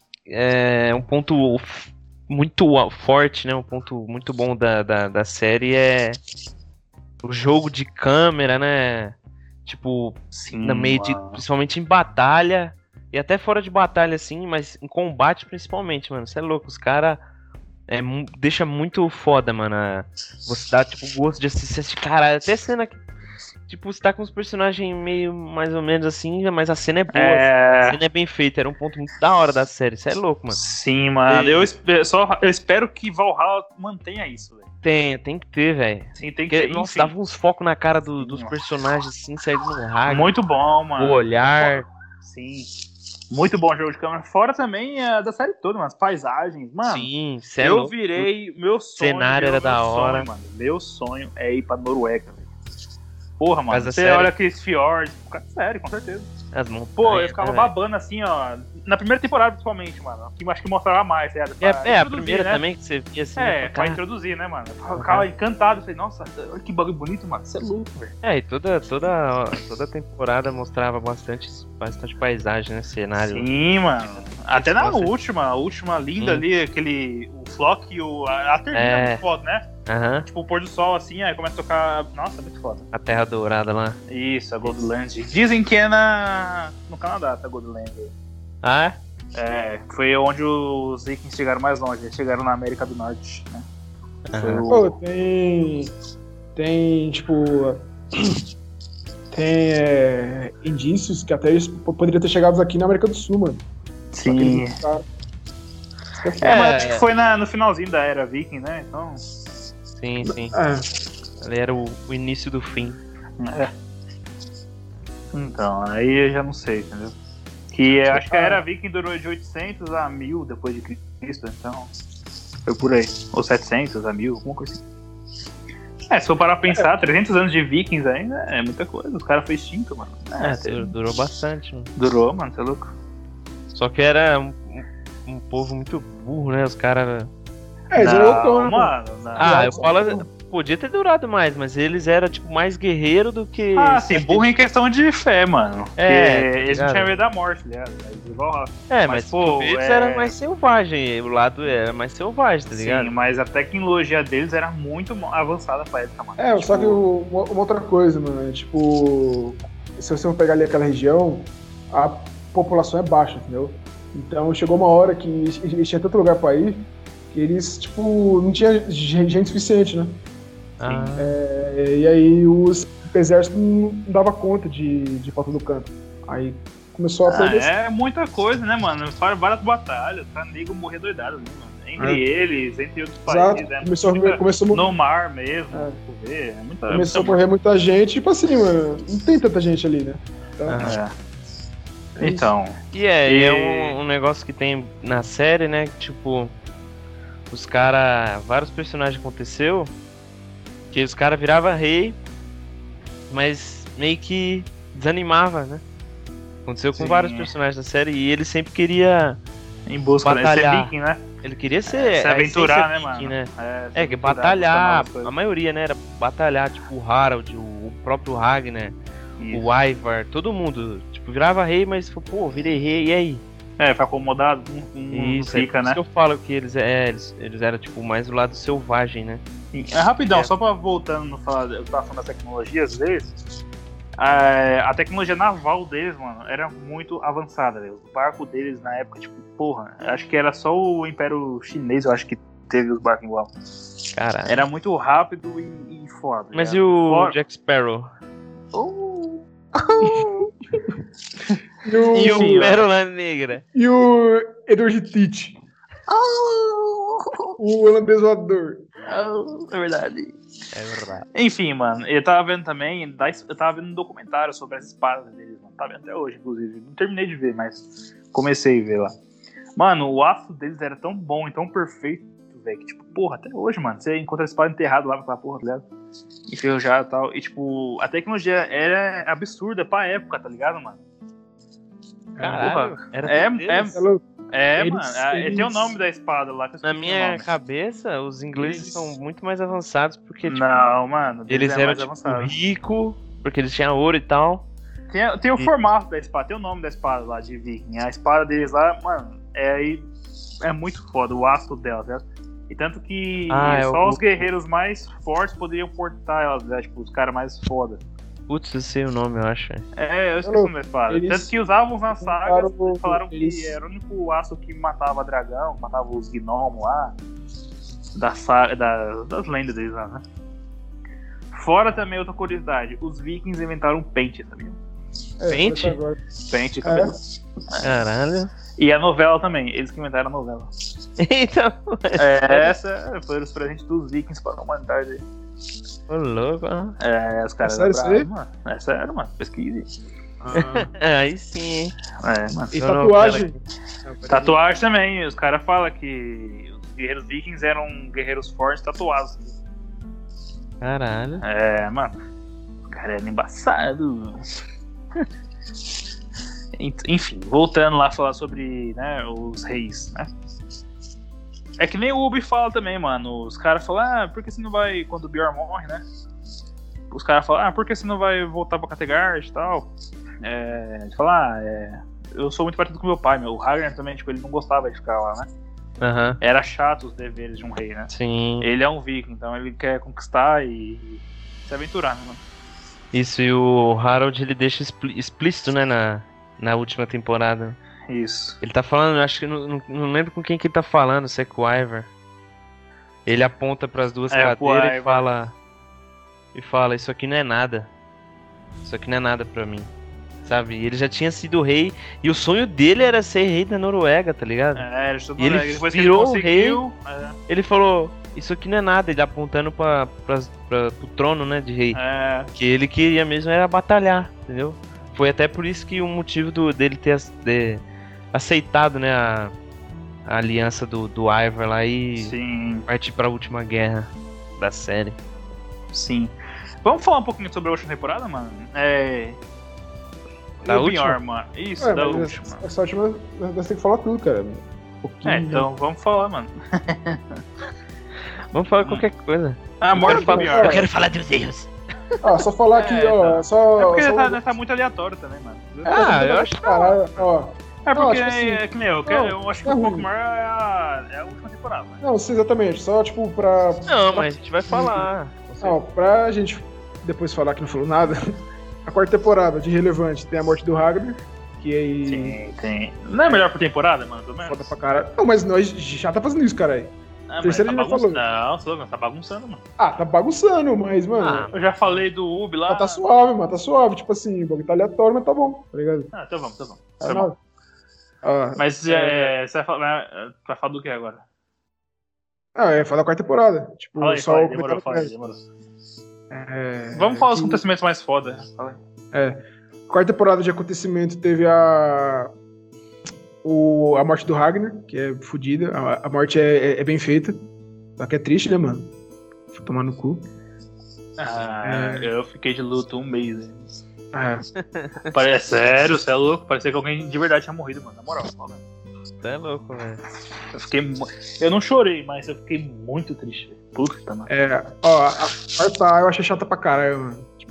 é um ponto f- muito a- forte, né? Um ponto muito bom da, da, da série é o jogo de câmera, né? Tipo, Sim, no meio de, mano. principalmente em batalha e até fora de batalha, assim, mas em combate principalmente, mano. Você é louco, os caras é, mu- deixa muito foda, mano. a- Você dá, tipo, gosto de assistir esse cara. Até cena que, tipo, você tá com os personagens meio mais ou menos assim, mas a cena é boa. A É... cena é bem feita, era um ponto muito da hora da série. Você é louco, mano. Sim, mano. E- Eu, espe- só, eu espero que Valhalla mantenha isso, velho. Tem, tem que ter, velho. Sim, tem que Porque, ter. nossa, enfim. dava uns focos na cara do- Sim, dos mano. personagens, assim, saindo no raio. Muito bom, mano. O olhar. Sim. Muito bom jogo de câmera. Fora também é, da série toda, mano. As paisagens. Mano, Sim, cê é eu louco. virei. Meu sonho. cenário virou era da meu hora. Sonho, mano. Meu sonho é ir pra Noruega, velho. Porra, mano. Casa Você séria. olha aqueles fiords. Cara, sério, com certeza. As montanhas, Pô, eu ficava né, babando assim, ó. Na primeira temporada, principalmente, mano. Que eu acho que mostrava mais, certo? É, Pra é a introduzir, primeira né? também que você via assim. É, né, pra cara. introduzir, né, mano? Eu ficava encantado. Falei, nossa, olha que bagulho bonito, mano. Você é louco, velho. É, e toda, toda, toda temporada mostrava bastante, bastante paisagem, né? Cenário. Sim, mano. Até na Nossa. última, a última linda Sim. ali, aquele. O Flock e o. A, a termina É. é muito foda, né? Aham, Tipo, o pôr do sol assim, aí começa a tocar. Nossa, muito foda. a Terra Dourada lá. Isso, a Goldland. Dizem que é na. No Canadá, tá, Goldland. Ah, É, foi onde os Vikings chegaram mais longe. Eles chegaram na América do Norte, né? é? Foi Aham. o- Pô, tem. Tem, tipo. Tem é, indícios que até eles p- poderiam ter chegado aqui na América do Sul, mano. Só que Sim. eles não ficaram. É, mas É. acho que foi na, no finalzinho da era Viking, né? Então. Sim, sim. É, Ali era o, o início do fim. É. Então, aí eu já não sei, entendeu? Que eu acho que a era Viking durou de oitocentos a mil depois de Cristo, então. Foi por aí. Ou setecentos a mil, alguma coisa assim. É, se for parar pra pensar, trezentos anos de Vikings ainda é muita coisa. Os caras fez extinto, mano. É, É, durou, durou bastante, mano. durou, mano, você é louco. Só que era um, um- um povo muito burro, né? Os caras. é eles eram loucão, né, mano? mano. Não. Ah, eu Exato. falo. Podia ter durado mais, mas eles eram, tipo, mais guerreiro do que. Ah, sim, burro em questão de fé, mano. É, Porque tá eles não ligado? tinham medo da morte, aliás. Eles igual- É, mas, mas, pô, tipo, eles é- eram mais selvagens. O lado era mais selvagem, tá ligado? Sim, mas a tecnologia deles era muito avançada pra época, mano. É, só que Tipo, o- uma, uma outra coisa, mano, é tipo. Se você for pegar ali aquela região, a população é baixa, entendeu? Então chegou uma hora que eles tinham tanto lugar pra ir que eles, tipo, não tinha gen- gente suficiente, né? Ah, É, e aí os exércitos não dava conta de, de falta do canto. Aí começou a Ah, perder. é muita coisa, né, mano? Fora várias batalhas, tá nego morrer doidado, né, mano? Entre É. eles, entre outros Exato. países, né? Começou, a- Muita- começou, a- No mar mesmo, É. tu vê, é muita, começou a muita morrer muita gente, tipo assim, mano, não tem tanta gente ali, né? Então, Aham. É. é isso. Então, E é, e é E- um, um negócio que tem na série, né? Que, tipo, os caras. Vários personagens aconteceu. Que os caras viravam rei, mas meio que desanimava, né? Aconteceu com Sim. vários personagens da série e ele sempre queria. em busca né? Batalhar. Ser viking, né? Ele queria ser. se a aventurar, né, essência mano? viking, né? É, se É, que aventurar, batalhar, buscar novas a coisas. maioria, né, era batalhar, tipo o Harald, o, o próprio Ragnar, Isso. O Ivar, todo mundo, tipo, virava rei, mas, pô, virei rei, e aí? É, foi acomodado, um, um isso, fica, é né? Isso que eu falo que eles, é, eles, eles eram, tipo, mais do lado selvagem, né? É rapidão, é. só pra voltando no falar, eu tava falando das tecnologias deles. A, a tecnologia naval deles, mano, era muito avançada, velho. O barco deles na época, tipo, porra, acho que era só o Império Chinês, eu acho que teve os barcos igual. Caralho. Era muito rápido e, e foda. Mas e o For... Jack Sparrow? Oh. e o, e o Pérola Negra? E o Edward Teach? Oh. O holandês voador. Oh, é verdade. É verdade. Enfim, mano, eu tava vendo também, eu tava vendo um documentário sobre as espadas deles, mano. Tá vendo até hoje, inclusive. Não terminei de ver, mas comecei a ver lá. Mano, o aço deles era tão bom e tão perfeito, velho, que tipo, porra, até hoje, mano, você encontra a espada enterrada lá com aquela porra, tá ligado? Enferrujada e tal. E tipo, a tecnologia era absurda pra época, tá ligado, mano? Caralho, porra, era é, é, é, eles, mano, é, eles... tem o nome da espada lá. Que eu Na minha nome. cabeça, os ingleses eles... são muito mais avançados porque, tipo, não, mano, eles é eram, tipo, ricos, porque eles tinham ouro e tal. Tem, tem o e... formato da espada, tem o nome da espada lá de Viking. A espada deles lá, mano, é, é muito foda, o aço dela, certo? E tanto que ah, só é os o... guerreiros mais fortes poderiam portar elas, né? Tipo, os caras mais foda. Putz, eu sei o nome, eu acho. É, eu esqueci o nome da espada. Eles... Tanto que usavam nas sagas, Claro, falaram eles... que era o único aço que matava dragão, matava os gnomos lá, da saga, da, das lendas deles lá, né? Fora também outra curiosidade, os vikings inventaram um pente, sabia? É, pente? Pente, é. cabelo. Caralho. E a novela também, eles que inventaram a novela. Então, é, essa foi os presentes dos vikings para a humanidade. Ô, louco. É, os caras é sério, mano. É sério, mano. Pesquise. Ah. Aí sim, hein? É, mano. E tatuagem? Tatuagem também. Os caras falam que os guerreiros vikings eram guerreiros fortes tatuados. Caralho. É, mano. O cara era embaçado. Enfim, voltando lá a falar sobre, né, os reis, né? É que nem o Ubi fala também, mano. Os caras falam, ah, por que você não vai... Quando o Bjorn morre, né? Os caras falam, ah, por que você não vai voltar pra Kattegat e tal? É... Ele fala, ah, é... eu sou muito parecido com meu pai, meu. O Ragnar também, tipo, ele não gostava de ficar lá, né? Uhum. Era chato os deveres de um rei, né? Sim. Ele é um viking, então ele quer conquistar e se aventurar, né, mano? Isso, e o Harold, ele deixa explícito, né, na, na última temporada. Isso. Ele tá falando, acho que não, não, não lembro com quem que ele tá falando, se é com o Ivar. Ele aponta pras duas é, cadeiras e fala. E fala, isso aqui não é nada. Isso aqui não é nada pra mim. Sabe? E ele já tinha sido rei. E o sonho dele era ser rei da Noruega, tá ligado? É, ele estudou e ele Depois virou que ele conseguiu, rei. É. Ele falou, isso aqui não é nada. Ele apontando pra, pra, pra, pro trono, né, de rei. É. Que ele queria mesmo era batalhar, entendeu? Foi até por isso que o motivo do, dele ter de, aceitado, né, a, a aliança do, do Ivar lá e Sim. partir pra última guerra da série. Sim. Vamos falar um pouquinho sobre a última temporada, mano? É... Da o última? Bjorn, mano. Isso, Ué, da mas última. Essa, essa última, nós temos que falar tudo, cara. Um pouquinho, É, então vamos falar, mano. Vamos falar qualquer coisa. Ah, morte do falar- Bjorn. Eu quero falar dos erros. Ah, só falar aqui, É, ó. tá. Só, É porque só... tá, tá muito aleatório também, mano. Ah, eu acho que Caralho, ó. É Não, porque tipo assim, é que nem eu, não, quero- eu acho que é o ruim. Pokémon é a, é a última temporada, né? Não, sim, exatamente. Só, tipo, pra... Não, mas a gente vai falar. Não, pra gente depois falar que não falou nada, a quarta temporada de relevante tem a morte do Ragnar, que aí... Sim, tem. Não é melhor por temporada, mano? Pelo menos? Foda pra caralho. Não, mas nós já tá fazendo isso, caralho. Ah, mas Terceira tá já bagunçando. falou. Não, Slogan, tá bagunçando, mano. Ah, tá bagunçando, mas, mano... Ah, Eu já falei do Ubi lá. Mas tá suave, mano, tá suave. Tipo assim, o bagulho tá aleatório, mas tá bom, tá ligado? Ah, então vamos, então vamos. Tá Tá nada. bom. Ah, Mas é, você vai falar, vai falar do que agora? ah, é, fala da quarta temporada. Tipo, Fala aí, só fala aí, o demorou, fala aí, comentário demorou. é, Vamos falar dos que- acontecimentos mais foda. Fala aí. É. Quarta temporada de acontecimento teve a. O, a morte do Ragnar, que é fodida. A, a morte é, é, é bem feita. Só que é triste, né, mano? Foi tomar no cu. Ah, É. eu fiquei de luto um mês. hein. É. Parece sério, você é louco? Parecia que alguém de verdade tinha morrido, mano. Na moral, fala. Tá é louco, velho. Eu fiquei. mu- Eu não chorei, mas eu fiquei muito triste. velho. Puta, mano. É, ó, a quarta eu achei chata pra caralho, mano. Tipo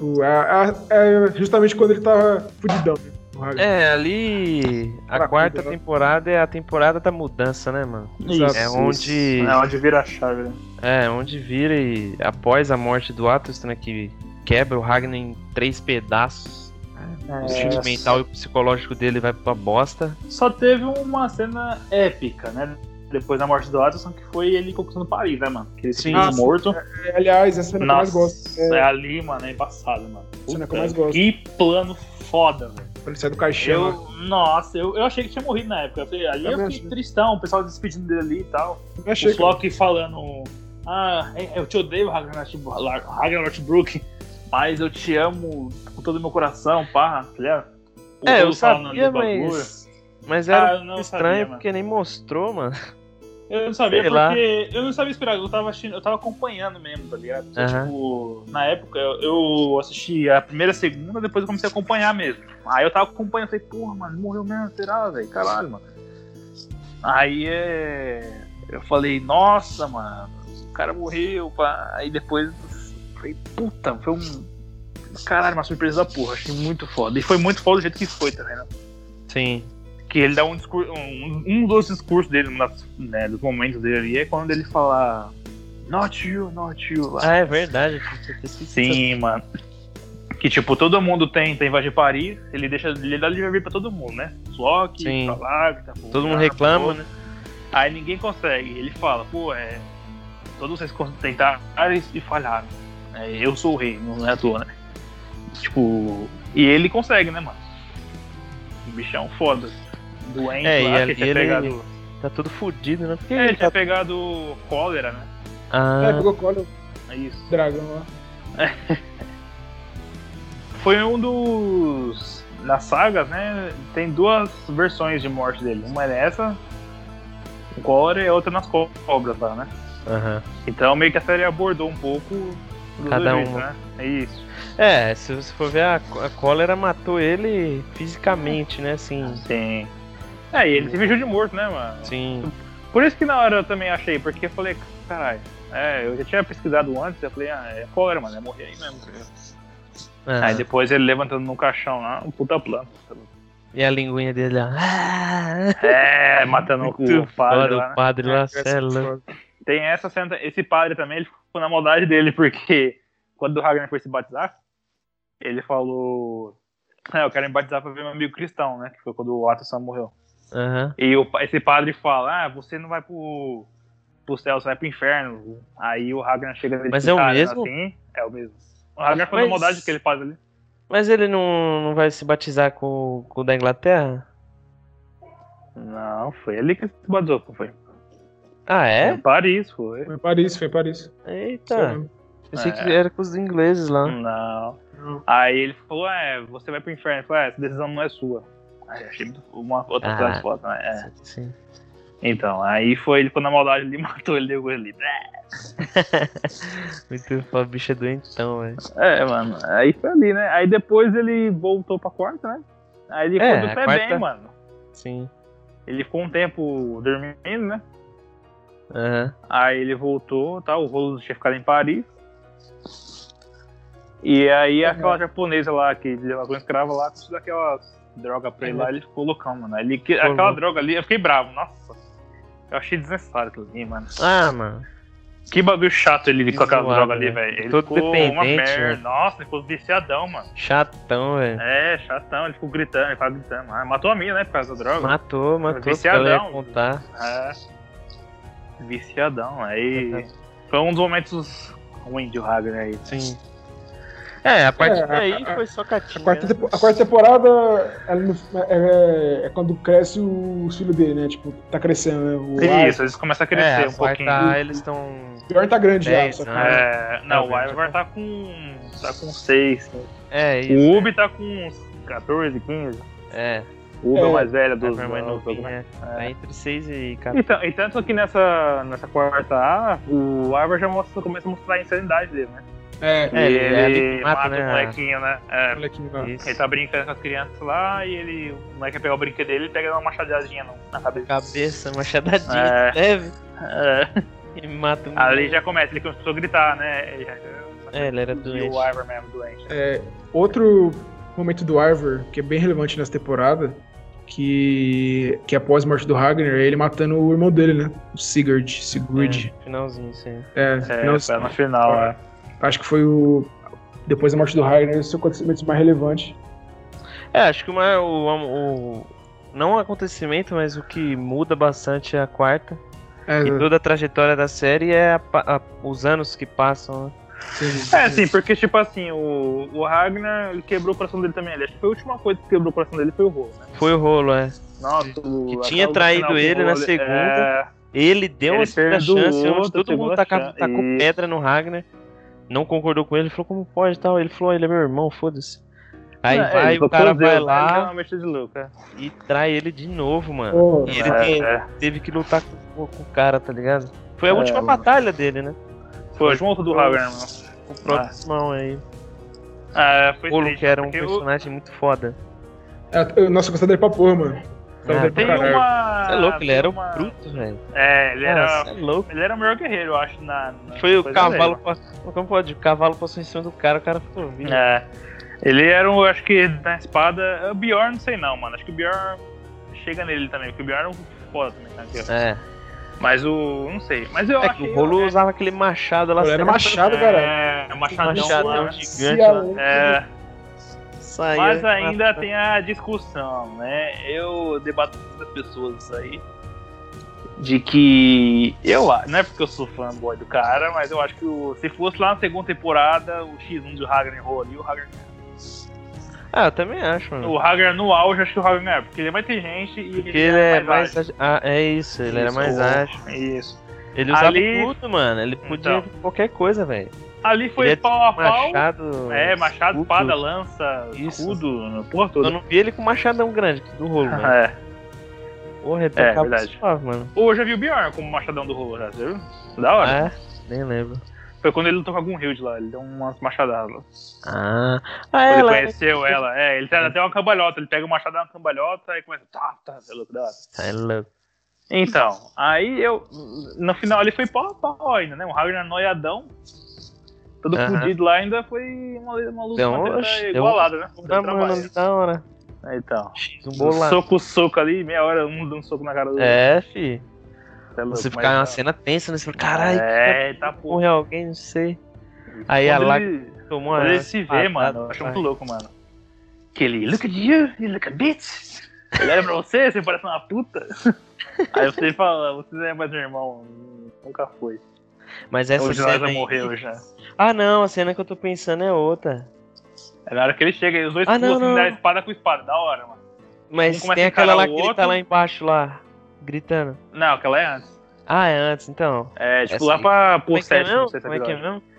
Tipo, é, é, é justamente quando ele tava fudidão, né? É, ali a Pra quarta cuida, né? temporada é a temporada da mudança, né, mano? Isso, É onde É onde vira a chave, né? é onde vira e após a morte do Atos, né, que quebra o Ragnar em três pedaços. O sentimental mental e o psicológico dele vai pra bosta. Só teve uma cena épica, né? Depois da morte do Addison, que foi ele conquistando Paris, né, mano? Que ele se Sim. viu Ah, sim. morto. É, aliás, essa cena que eu mais gosto. É... É ali, mano, é embaçado, mano. a cena que eu Puta, mais gosto. Que plano foda, velho. Quando ele sai do caixão. né? Eu, nossa, eu, eu achei que tinha morrido na época. Eu falei, ali eu Também fiquei achei. tristão, o pessoal despedindo dele ali e tal. Eu achei, O Flock falando, ah, eu te odeio, Ragnar Lothbrok, mas eu te amo com todo o meu coração, pá. Falei, ah, o É, eu Rolo falando sabia, do bagulho. mas mas era Ah, eu um não pouco sabia, estranho mano. porque nem mostrou, mano. Eu não sabia Sei porque eu não sabia esperar, eu tava assistindo, eu tava acompanhando mesmo, tá ligado? Só, Aham. tipo, na época eu, eu assisti a primeira, a segunda, depois eu comecei a acompanhar mesmo. Aí eu tava acompanhando, falei, porra, mano, morreu mesmo, será, velho? Caralho, mano. Aí é. Eu falei, nossa, mano, o cara morreu, pá. Aí depois eu falei, puta, foi um. Caralho, uma surpresa da porra, achei muito foda. E foi muito foda do jeito que foi também, né? Sim. Que ele dá um discurso, um, um dos discursos dele, um das, né, dos momentos dele ali, é quando ele fala Not you, not you. Lá. Ah, é verdade. eu tinha esquecido Sim, mano. Que tipo, todo mundo tenta invadir Paris, ele deixa, ele dá livre pra todo mundo, né? Flock, Sim. pra lá, tá Todo mundo reclama, né? Aí ninguém consegue. Ele fala, pô, é. Todos vocês tentaram e falharam. É, eu sou o rei, não é à toa, né? Tipo. E ele consegue, né, mano? O bichão foda. Doente É, lá, e que tinha ele- pegado. Tá tudo fudido, né? Porque É, ele ele tinha tá... pegado cólera, né? Ah, É, pegou cola, É isso. dragão lá. Foi um dos. Nas sagas, né? Tem duas versões de morte dele. Uma é essa, com cólera, e a outra nas co- cobras lá, né? aham. Então meio que a série abordou um pouco dos Cada dois uma. jeitos, né? É isso. É, se você for ver, a, a cólera matou ele fisicamente, né? Assim, Sim. É, e ele se fingiu de morto, né, mano? sim. Por isso que na hora eu também achei, porque eu falei, caralho, é, eu já tinha pesquisado antes, eu falei, ah, é cólera, mano, é morrer aí mesmo. tá ligado? Ah, Aí depois ele levantando no caixão lá, um puta plano. E a linguinha dele lá. Ah, É, matando o muito padre foda, lá, né? o padre lá, Essa cê é louco. Tem essa cena, esse padre também, ele ficou na maldade dele, porque quando o Ragnar foi se batizar, ele falou, é, eu quero me batizar pra ver meu amigo cristão, né, que foi quando o Atson morreu. Aham. E o, esse padre fala, ah, você não vai pro, pro céu, você vai pro inferno. Aí o Ragnar chega nele Mas com é o cara mesmo? assim, é o mesmo. O Ragnar foi na Mas- maldade que ele faz ali. Mas ele não, não vai se batizar com, com o da Inglaterra? Não, foi ele que se batizou, pô, foi. Ah, Foi é? em Paris, foi. Foi em Paris, foi em Paris. Eita. Pensei É. que era com os ingleses lá. Não. Não. Aí ele falou, é, você vai pro inferno. Eu falei, é, essa decisão não é sua. Aí achei muito- uma outra Ah. frase foda, né? É. Sim. Então, aí foi ele ficou na maldade ali, matou ele, deu ele. Muito foda, bicho é doentão, velho. É, mano, aí foi ali, né? Aí depois ele voltou pra quarta, né? Aí ele É, ficou do a pé quarta- bem, mano. Sim. Ele ficou um tempo dormindo, né? Aham. Aí ele voltou, tá? O rolo tinha ficado em Paris. E aí Uhum. aquela japonesa lá, que levou uma escrava lá, conseguiu aquelas drogas pra ele Uhum. lá, ele ficou loucão, mano. Aí Ele, que- Ficou aquela louco. droga ali, eu fiquei bravo, nossa. Eu achei desnecessário aquilo ali, mano. Ah, mano. Que bagulho chato ele Que com aquela zoado, droga ali, né? velho. Ele Todo ficou uma dependente, merda. velho. Nossa, ele ficou viciadão, mano. Chatão, velho. É, chatão, ele ficou gritando, ele ficava gritando. Ah, matou a minha, né, por causa da droga. Matou, matou. Viciadão. Porque ela ia contar. É. Viciadão. Aí foi um dos momentos ruins de Ragnar aí. Sim. É, a partir É, a- daí a- foi só A catinha. quarta, né? tempo- a quarta temporada ela não- é, é quando cresce o filho dele, né? Tipo, tá crescendo, né? O Isso, eles começam a crescer É, um a pouquinho. quarta eles estão. Ivar tá grande já, dez, só que né? É, não, o É, Ivar tá com. tá com seis. É, isso. O Ubi tá com uns catorze, quinze. É, O Ubi é o É, mais velho a dos mais dos- novinha. né? Tá É. entre seis e quatorze. Então, e tanto que nessa, nessa quarta A, o Ivar já mostra, começa a mostrar a insanidade dele, né? É, É, ele- ele é ali que mata, mata, né, o molequinho, né? É. molequinho lá. Isso. Ele tá brincando com as crianças lá e ele. O moleque quer pegar o brinquedo dele e pega uma machadadinha no- na cabeça. Cabeça, machadadinha, É. leve. É. E mata o Ali já começa, ele começou a gritar, né? Ele já, É, ele era e doente. o Ivor mesmo, doente. É, outro momento do Ivor, que é bem relevante nessa temporada, que, que após a morte do Ragnar, é ele matando o irmão dele, né? O Sigurd. Sigurd. É, finalzinho, sim. É, É, final- foi no final, é. acho que foi o. Depois da morte do Ragnar, esse é o acontecimento mais relevante. É, acho que uma, o, o. Não o acontecimento, mas o que muda bastante é a quarta. É, E toda a trajetória da série é a pa- a- os anos que passam, né? sim. É, sim, porque, tipo assim, o, o Ragnar, ele quebrou o coração dele também. Ele, acho que foi a última coisa que quebrou o coração dele foi o rolo, né? Foi o rolo, é. Nossa, o, Que aquela tinha do traído final que ele o na rolo- segunda. É, Ele deu Ele uma segunda perdoou chance, onde outra todo mundo segunda tacava, chance. tacou E- pedra no Ragnar. Não concordou com ele, falou como pode e tal. Ele falou, ele é meu irmão, foda-se. Aí é, vai, ele o cara colocou vai Deus, né? Ele deu lá uma mexida de louco, é. e trai ele de novo, mano. Oh, E ele É, tem- é. teve que lutar com, com o cara, tá ligado? Foi a É, última mano. batalha dele, né? Foi junto do Ragnar, mano. Com o próprio irmão aí. É, foi O Polo, triste, que era um porque o- personagem muito foda. É, nossa, eu gostei dele pra porra, mano. Gostava Ah, dele pra Tem caralho. uma... Você é louco, ele tem era um uma- bruto, velho. É, ele era... Nossa, é louco. Ele era o melhor guerreiro, eu acho, na... na Foi o coisa cavalo. dele. pa- Como pode? O cavalo passou em cima do cara, o cara ficou vivo. É. Ele era, um, eu acho que, na espada... O Bjorn, não sei não, mano. Acho que o Bjorn chega nele também, porque o Bjorn é um foda também, né? aqui, ó. É. Mas o... não sei. Mas eu É achei... que o Rolo é, usava aquele machado lá. Ele era certo? machado, cara. É, machadão, Machadão lá, né? gigante Se lá. além- É, Saía, mas ainda matava. tem a discussão, né? Eu debato com muitas pessoas isso aí. De que eu acho, não é porque eu sou fanboy do cara, mas eu acho que o, se fosse lá na segunda temporada, o X um do Ragnar errou ali, o Ragnar Ah, eu também acho, mano. O Ragnar no auge, acho que o Ragnar ganha, porque ele é mais inteligente e Porque ele é mais. ágil. Ah, é isso, ele era Isso, mais o- ágil. Isso. Ele usava Ali- tudo, mano. Ele podia Então. qualquer coisa, velho. Ali foi Ele é pau a pau. Machado. É, machado, escudo. espada, lança, Isso. escudo, porra Eu toda. não vi ele com machadão grande do rolo, mano. É. Porra, ele É, tocava verdade. suave, mano. Ou eu já vi o Bjorn como machadão do rolo, já, você viu? Da hora. É, nem lembro. Foi quando ele lutou com algum Hild lá, ele deu umas machadadas lá. Ah, ah Quando ela. ele conheceu ela, é, ele tem até uma cambalhota, ele pega o machado da cambalhota e começa. Tá, tá, é louco, da hora. É louco. Então, aí eu. No final ele foi pau a pau ainda, né? O Ragnar noiadão. Todo Aham. fudido lá ainda foi uma, uma luta Deu uma um- treta deu igualada, né? Dá, Deu mano, trabalho. ali da hora. É, então. X, um bolado. Soco, soco ali, meia hora, um dando soco na cara do É, fi. Cê é louco, Você mas ficar numa não. cena tensa, né? Você fala, caralho, É, tá porra. morreu alguém, não sei. Aí a Quando Lag ele- tomou Quando uma. ele se vê, mano, eu acho muito louco, mano. Que ele, look at you, you look a bitch. Ele olha pra você, você parece uma puta. Aí você fala, você não é mais meu irmão. Nunca foi. Mas essa Hoje ela cena já aí... morreu já. Ah, não, a cena que eu tô pensando é outra. É na hora que ele chega e os dois Ah, pulam não, assim, não. da espada com espada. Da hora, mano. Mas Um começa tem a aquela encarar lá o que ele tá outro. lá embaixo lá, gritando. Não, aquela é antes. Ah, é antes, então. É, tipo, Essa lá aí. pra Como por é que é sete, não mesmo? sei se é Como é que é episódio. mesmo?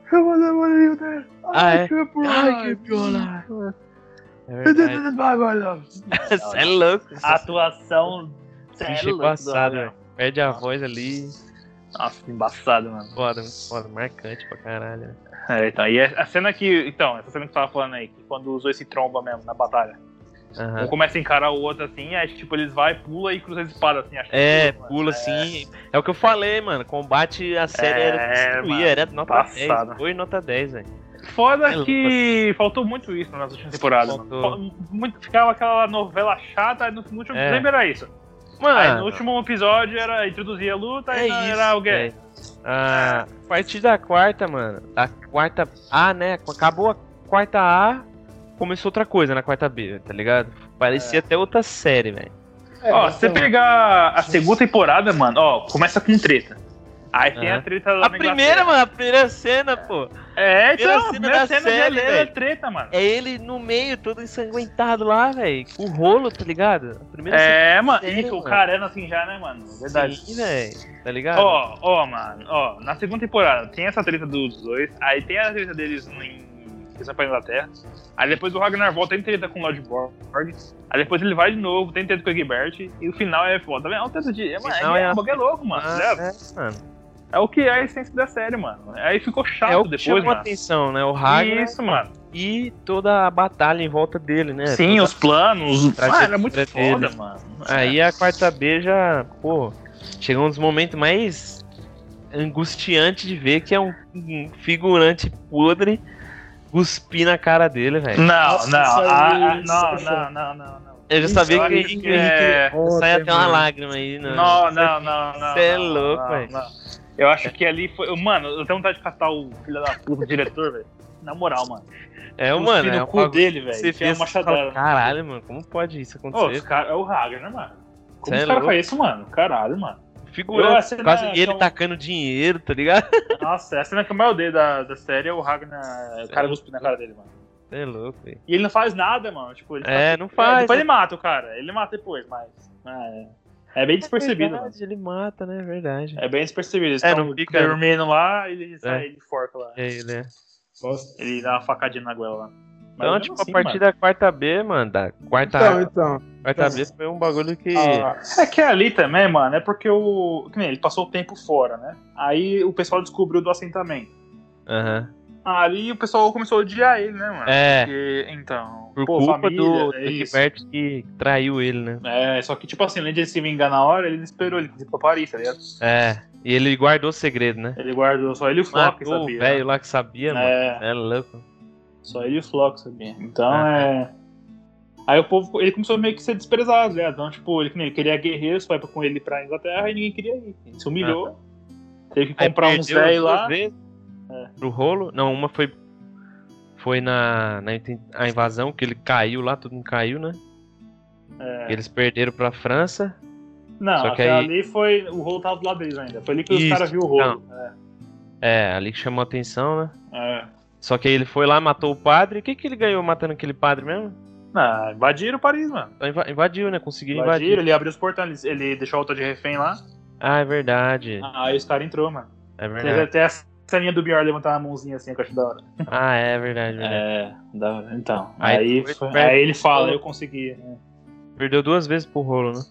Ah, é? que por Ai, que piola. É verdade. Você é louco. A atuação. cê é Bicho louco, embaçado, do velho. Perde a voz ali. Nossa, embaçado, mano. Foda, foda, marcante pra caralho. É, então, e a cena que. Então, essa cena que tu tava falando aí, que quando os dois se trombam mesmo na batalha. Um Aham. começa a encarar o outro assim, aí tipo, eles vai, pula e cruza as espadas assim, acho que É, mano. pula assim. É o que eu falei, mano. Combate a série É, era destruir, mano, era nota passado. dez. Foi nota dez, velho. Foda É, que faltou muito isso nas últimas temporadas, Faltou. mano. Muito, ficava aquela novela chata, aí no, no último É. sempre era isso. Mano, Aí no último episódio era introduzir a luta é e não, isso, era alguém. velho. Ah, a partir da quarta, mano, da quarta A, né? Acabou a quarta A, começou outra coisa na quarta B, tá ligado? Parecia até outra série, velho. É, Ó, se você então, pegar a segunda temporada, mano, ó, começa com treta. Aí tem Aham. a treta lá A na primeira, Inglaterra. mano, a primeira cena, pô. É, primeira então, a cena primeira da cena série, dele é velho. treta, mano. É ele no meio, todo ensanguentado lá, velho. Com o rolo, tá ligado? A primeira É, mano, série, isso, o mano. careno assim já, né, mano? Verdade. Sim, velho. Tá ligado? Ó, ó, mano, ó, na segunda temporada tem essa treta dos dois, aí tem a treta deles em. Eles vão pra Inglaterra. Aí depois o Ragnar volta, tem treta com o Lord Borg. Aí depois ele vai de novo, tem treta com o Egbert. E o final é foda. Tá vendo? É um treta de. É, mano, Final é, é é, a- um bagulho louco, mano. Ah, né? é, mano. É o que é a essência da série, mano. Aí ficou chato É o que depois, chamou a mano. atenção, né? O Ragnar Isso, mano. e toda a batalha em volta dele, né? Sim, Toda- os planos. Mano, trajetória era muito foda, dele. mano. Aí a quarta B já, pô, chegou um dos momentos mais angustiante de ver que é um, um figurante podre cuspir na cara dele, velho. Não, Nossa, não, isso aí, ah, ah, isso não, é foda. não, não, não, não. Eu já Isso, sabia que olha o isso Henrique, que é- Henrique sai até uma mano. lágrima aí. Não, Não, não, não, não. Você é não, louco, não, velho. não. Eu acho que ali foi. Mano, eu tenho vontade de catar o filho da puta do diretor, velho. Na moral, mano. É, Cuspir mano, no é um cu bagulho dele, que velho. Você Que é fez, uma você fala, machadada. caralho, mano, como pode isso Ô, acontecer? os cara, é o Ragnar, mano. Como Cê os é caras louco. fazem isso, mano? Caralho, mano. Figurante, Eu, a cena quase que ele é um- tacando dinheiro, tá ligado? Nossa, a cena que eu mais odeio da, da série é o Ragnar. O cara cuspindo na cara dele, mano. Você é louco, velho. E ele não faz nada, mano. Tipo, ele É, faz- não faz, Depois né? ele mata o cara. Ele mata depois, mas. É, é bem despercebido, é mano. verdade, ele mata, né? É verdade. É bem despercebido. Eles É, estão não fica- dormindo lá e ele sai, É. ele forca lá. É ele, é. Bosta. Ele dá uma facadinha na goela lá. Mas Então, mesmo tipo, assim, a partir mano. da quarta B, mano, da quarta, Então, então. quarta então. B foi um bagulho que. Ah, É que ali também, mano, é porque o. Que nem ele passou o tempo fora, né? Aí o pessoal descobriu do assentamento. Aham. Ali o pessoal começou a odiar ele, né, mano? É. Porque, então. Por pô, culpa família, do, do é isso. Gilberto que traiu ele, né? É, só que, tipo assim, além de ele se vingar na hora, ele não esperou, ele quis ir pra Paris, tá ligado? É. E ele guardou o segredo, né? Ele guardou, só ele e o Flock Matou o sabia. velho né? lá que sabia, mano. É. É louco. Só ele e o Flock sabia. Então Ah, é. Aí o povo, ele começou meio que a ser desprezado, né? Então, tipo, ele, que nem ele queria guerreiros, foi com ele pra Inglaterra e ninguém queria ir. Ele se humilhou. Teve que Aí comprar uns perdeu velhos duas lá. vezes É. pro rolo. Não, uma foi. Foi na, na inten- a invasão, que ele caiu lá, todo mundo caiu, né? É. Eles perderam pra França. Não, Só que até aí- ali foi. O rolo tava do lado deles ainda. Foi ali que os Isso, caras viram o rolo. É, ali que chamou a atenção, né? É. é. Só que aí ele foi lá, matou o padre. O que, que ele ganhou matando aquele padre mesmo? Não, invadiram Paris, mano. Só inva- Invadiu, né? Conseguiu Invadiram, invadir. ele abriu os portões, ele deixou a auto de refém lá. Ah, é verdade. Aí os caras entrou, mano. É Teve verdade. até essa linha do Bjorn levantar a mãozinha assim, que eu acho da hora. Ah, é verdade, verdade. É, da hora. Então. Aí Aí, depois foi- perde- aí ele fala, eu consegui. né? Perdeu duas vezes pro rolo, né?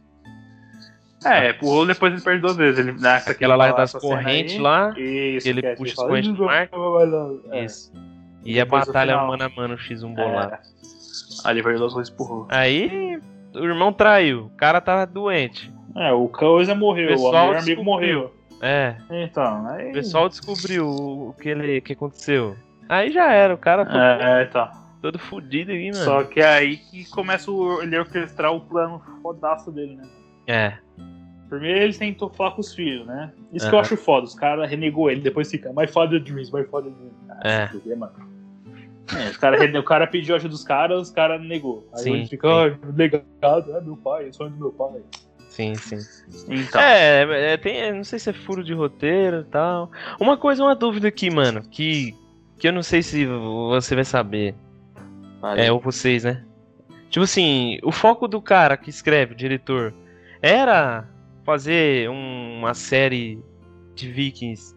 É, pro rolo depois ele perde duas vezes. Ele, nessa Aquela que lá ele fala das essa cena correntes aí, lá. Isso, ele que é, puxa fala, as correntes de mar. É, Isso. E a Depois do batalha final. mano a mano, X um bolado. é. Aí ele perdeu duas vezes pro rolo. Aí o irmão traiu. O cara tava doente. É, o Coisa morreu, o Pessoal meu amigo descobriu. morreu. É. Então, aí. O pessoal descobriu o que, ele, o que aconteceu. Aí já era. O cara foi É, é, então. todo fudido aí, mano. Só que é aí que começa o, ele a orquestrar o plano fodaço dele, né? É. Primeiro ele tentou falar com os filhos, né? Isso que eu Aham. acho foda, os caras renegou ele, depois fica, my father dreams, my father dreams. Ah, É. se fuder, mano. É, os cara, rene- o cara pediu ajuda dos caras, os caras negou. Aí Sim, ele fica, ai, legado, é meu pai, é sonho do meu pai. Sim, sim. Então, É, é, tem, não sei se é furo de roteiro e tal. Uma coisa, uma dúvida aqui, mano, que, que eu não sei se você vai saber. É, ou vocês, né? Tipo assim, o foco do cara que escreve, o diretor, era fazer um- uma série de Vikings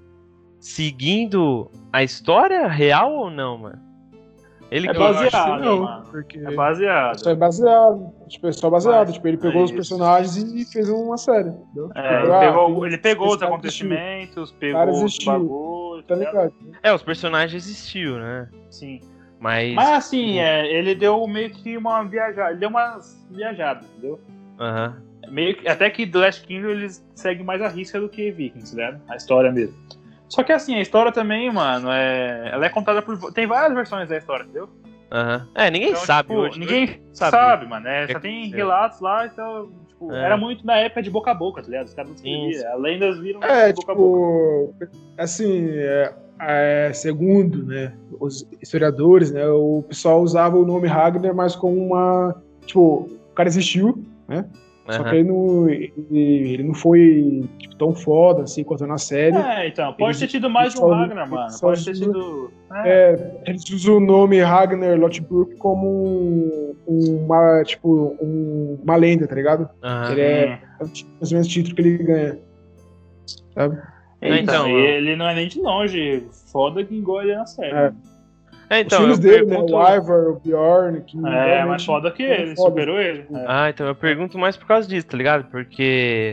seguindo a história real ou não, mano? Ele É que- baseado. acho que não, mano. porque é baseado. isso é baseado. Tipo, é só baseado. Mas- tipo, ele pegou é os isso. personagens e fez uma série. Entendeu? É, Tipo, ele, ah, pegou, tem- ele pegou os esse cara acontecimentos, cara pegou os existiu. bagulhos, Tá ligado? É, os personagens existiu, né? Sim. Mas. Mas assim, é, ele deu meio que uma viajada, ele deu umas viajadas, entendeu? Aham. Meio que, até que The Last Kingdom eles seguem mais a risca do que Vikings, né? A história mesmo. Só que assim, a história também, mano, é, ela é contada por. Tem várias versões da história, entendeu? Aham. É, ninguém Então, sabe tipo, hoje. Ninguém hoje sabe, sabe. mano. É, que só tem aconteceu. relatos lá, então, tipo, É. era muito na época de boca a boca, tá ligado? Os caras não Sim. escreviam. As lendas viram É, de boca a boca. tipo, assim, é, é, segundo, né, os historiadores, né, o pessoal usava o nome Ragnar, mas como uma, tipo, o cara existiu, né, só Aham. que ele não, ele, ele não foi tipo, tão foda assim quanto na série. É, então, pode Eles- ter tido mais de um só- Ragnar, mano. só Pode ter os- tido. É, É, eles usam o nome Ragnar Lothbrok como um- uma, tipo, um- uma lenda, tá ligado? Aham. Ele é, é o ti- mais ou menos o título que ele ganha, sabe? Então, Então, e ele não é nem de longe foda que igual ele é na série. É. É, Os então, filhos eu dele, pergunto... né, o Ivor, o Bjorn, que É, realmente mais foda que são ele, fodas. superou ele. É. Ah, então eu pergunto mais por causa disso, tá ligado? Porque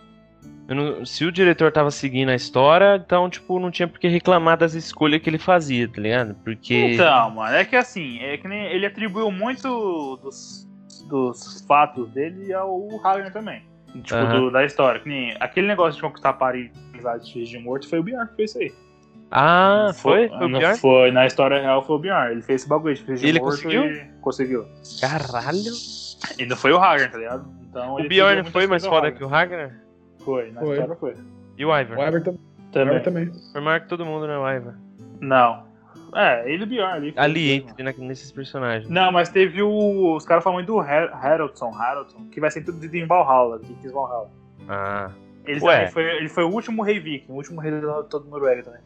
eu não- se o diretor tava seguindo a história, então, tipo, não tinha por que reclamar das escolhas que ele fazia, tá ligado? Porque... Então, mano, é que assim, é que nem ele atribuiu muito dos, dos fatos dele ao Ragnar também. Tipo, Aham. do- da história. Que nem aquele negócio de conquistar Paris lá de finge de morto, foi o Bjorn que fez isso aí. Ah, foi? Foi, Foi o não Bjorn? foi, na história real foi o Bjorn. Ele fez esse bagulho de finge de Ele morto conseguiu? e conseguiu. Caralho. E não foi o Ragnar, tá ligado? Então, O ele Bjorn pediu foi muitas mais coisas ao foda que o Ragnar? Foi, na Foi. história foi. E o Ivar? O Ivar tam- o Também. Ivar também. Foi maior que todo mundo, né, o Ivar? Não. É, ele e o Bjorn ali. foi Ali, os dois, entre, na- nesses personagens. Não, mas teve o. Os caras falam muito do Har- Haraldson, Haraldson, que vai ser tudo em Valhalla, Vikings Valhalla. Ah. Ele, Ué. também foi, ele foi o último rei viking, o último rei de todo Noruega também.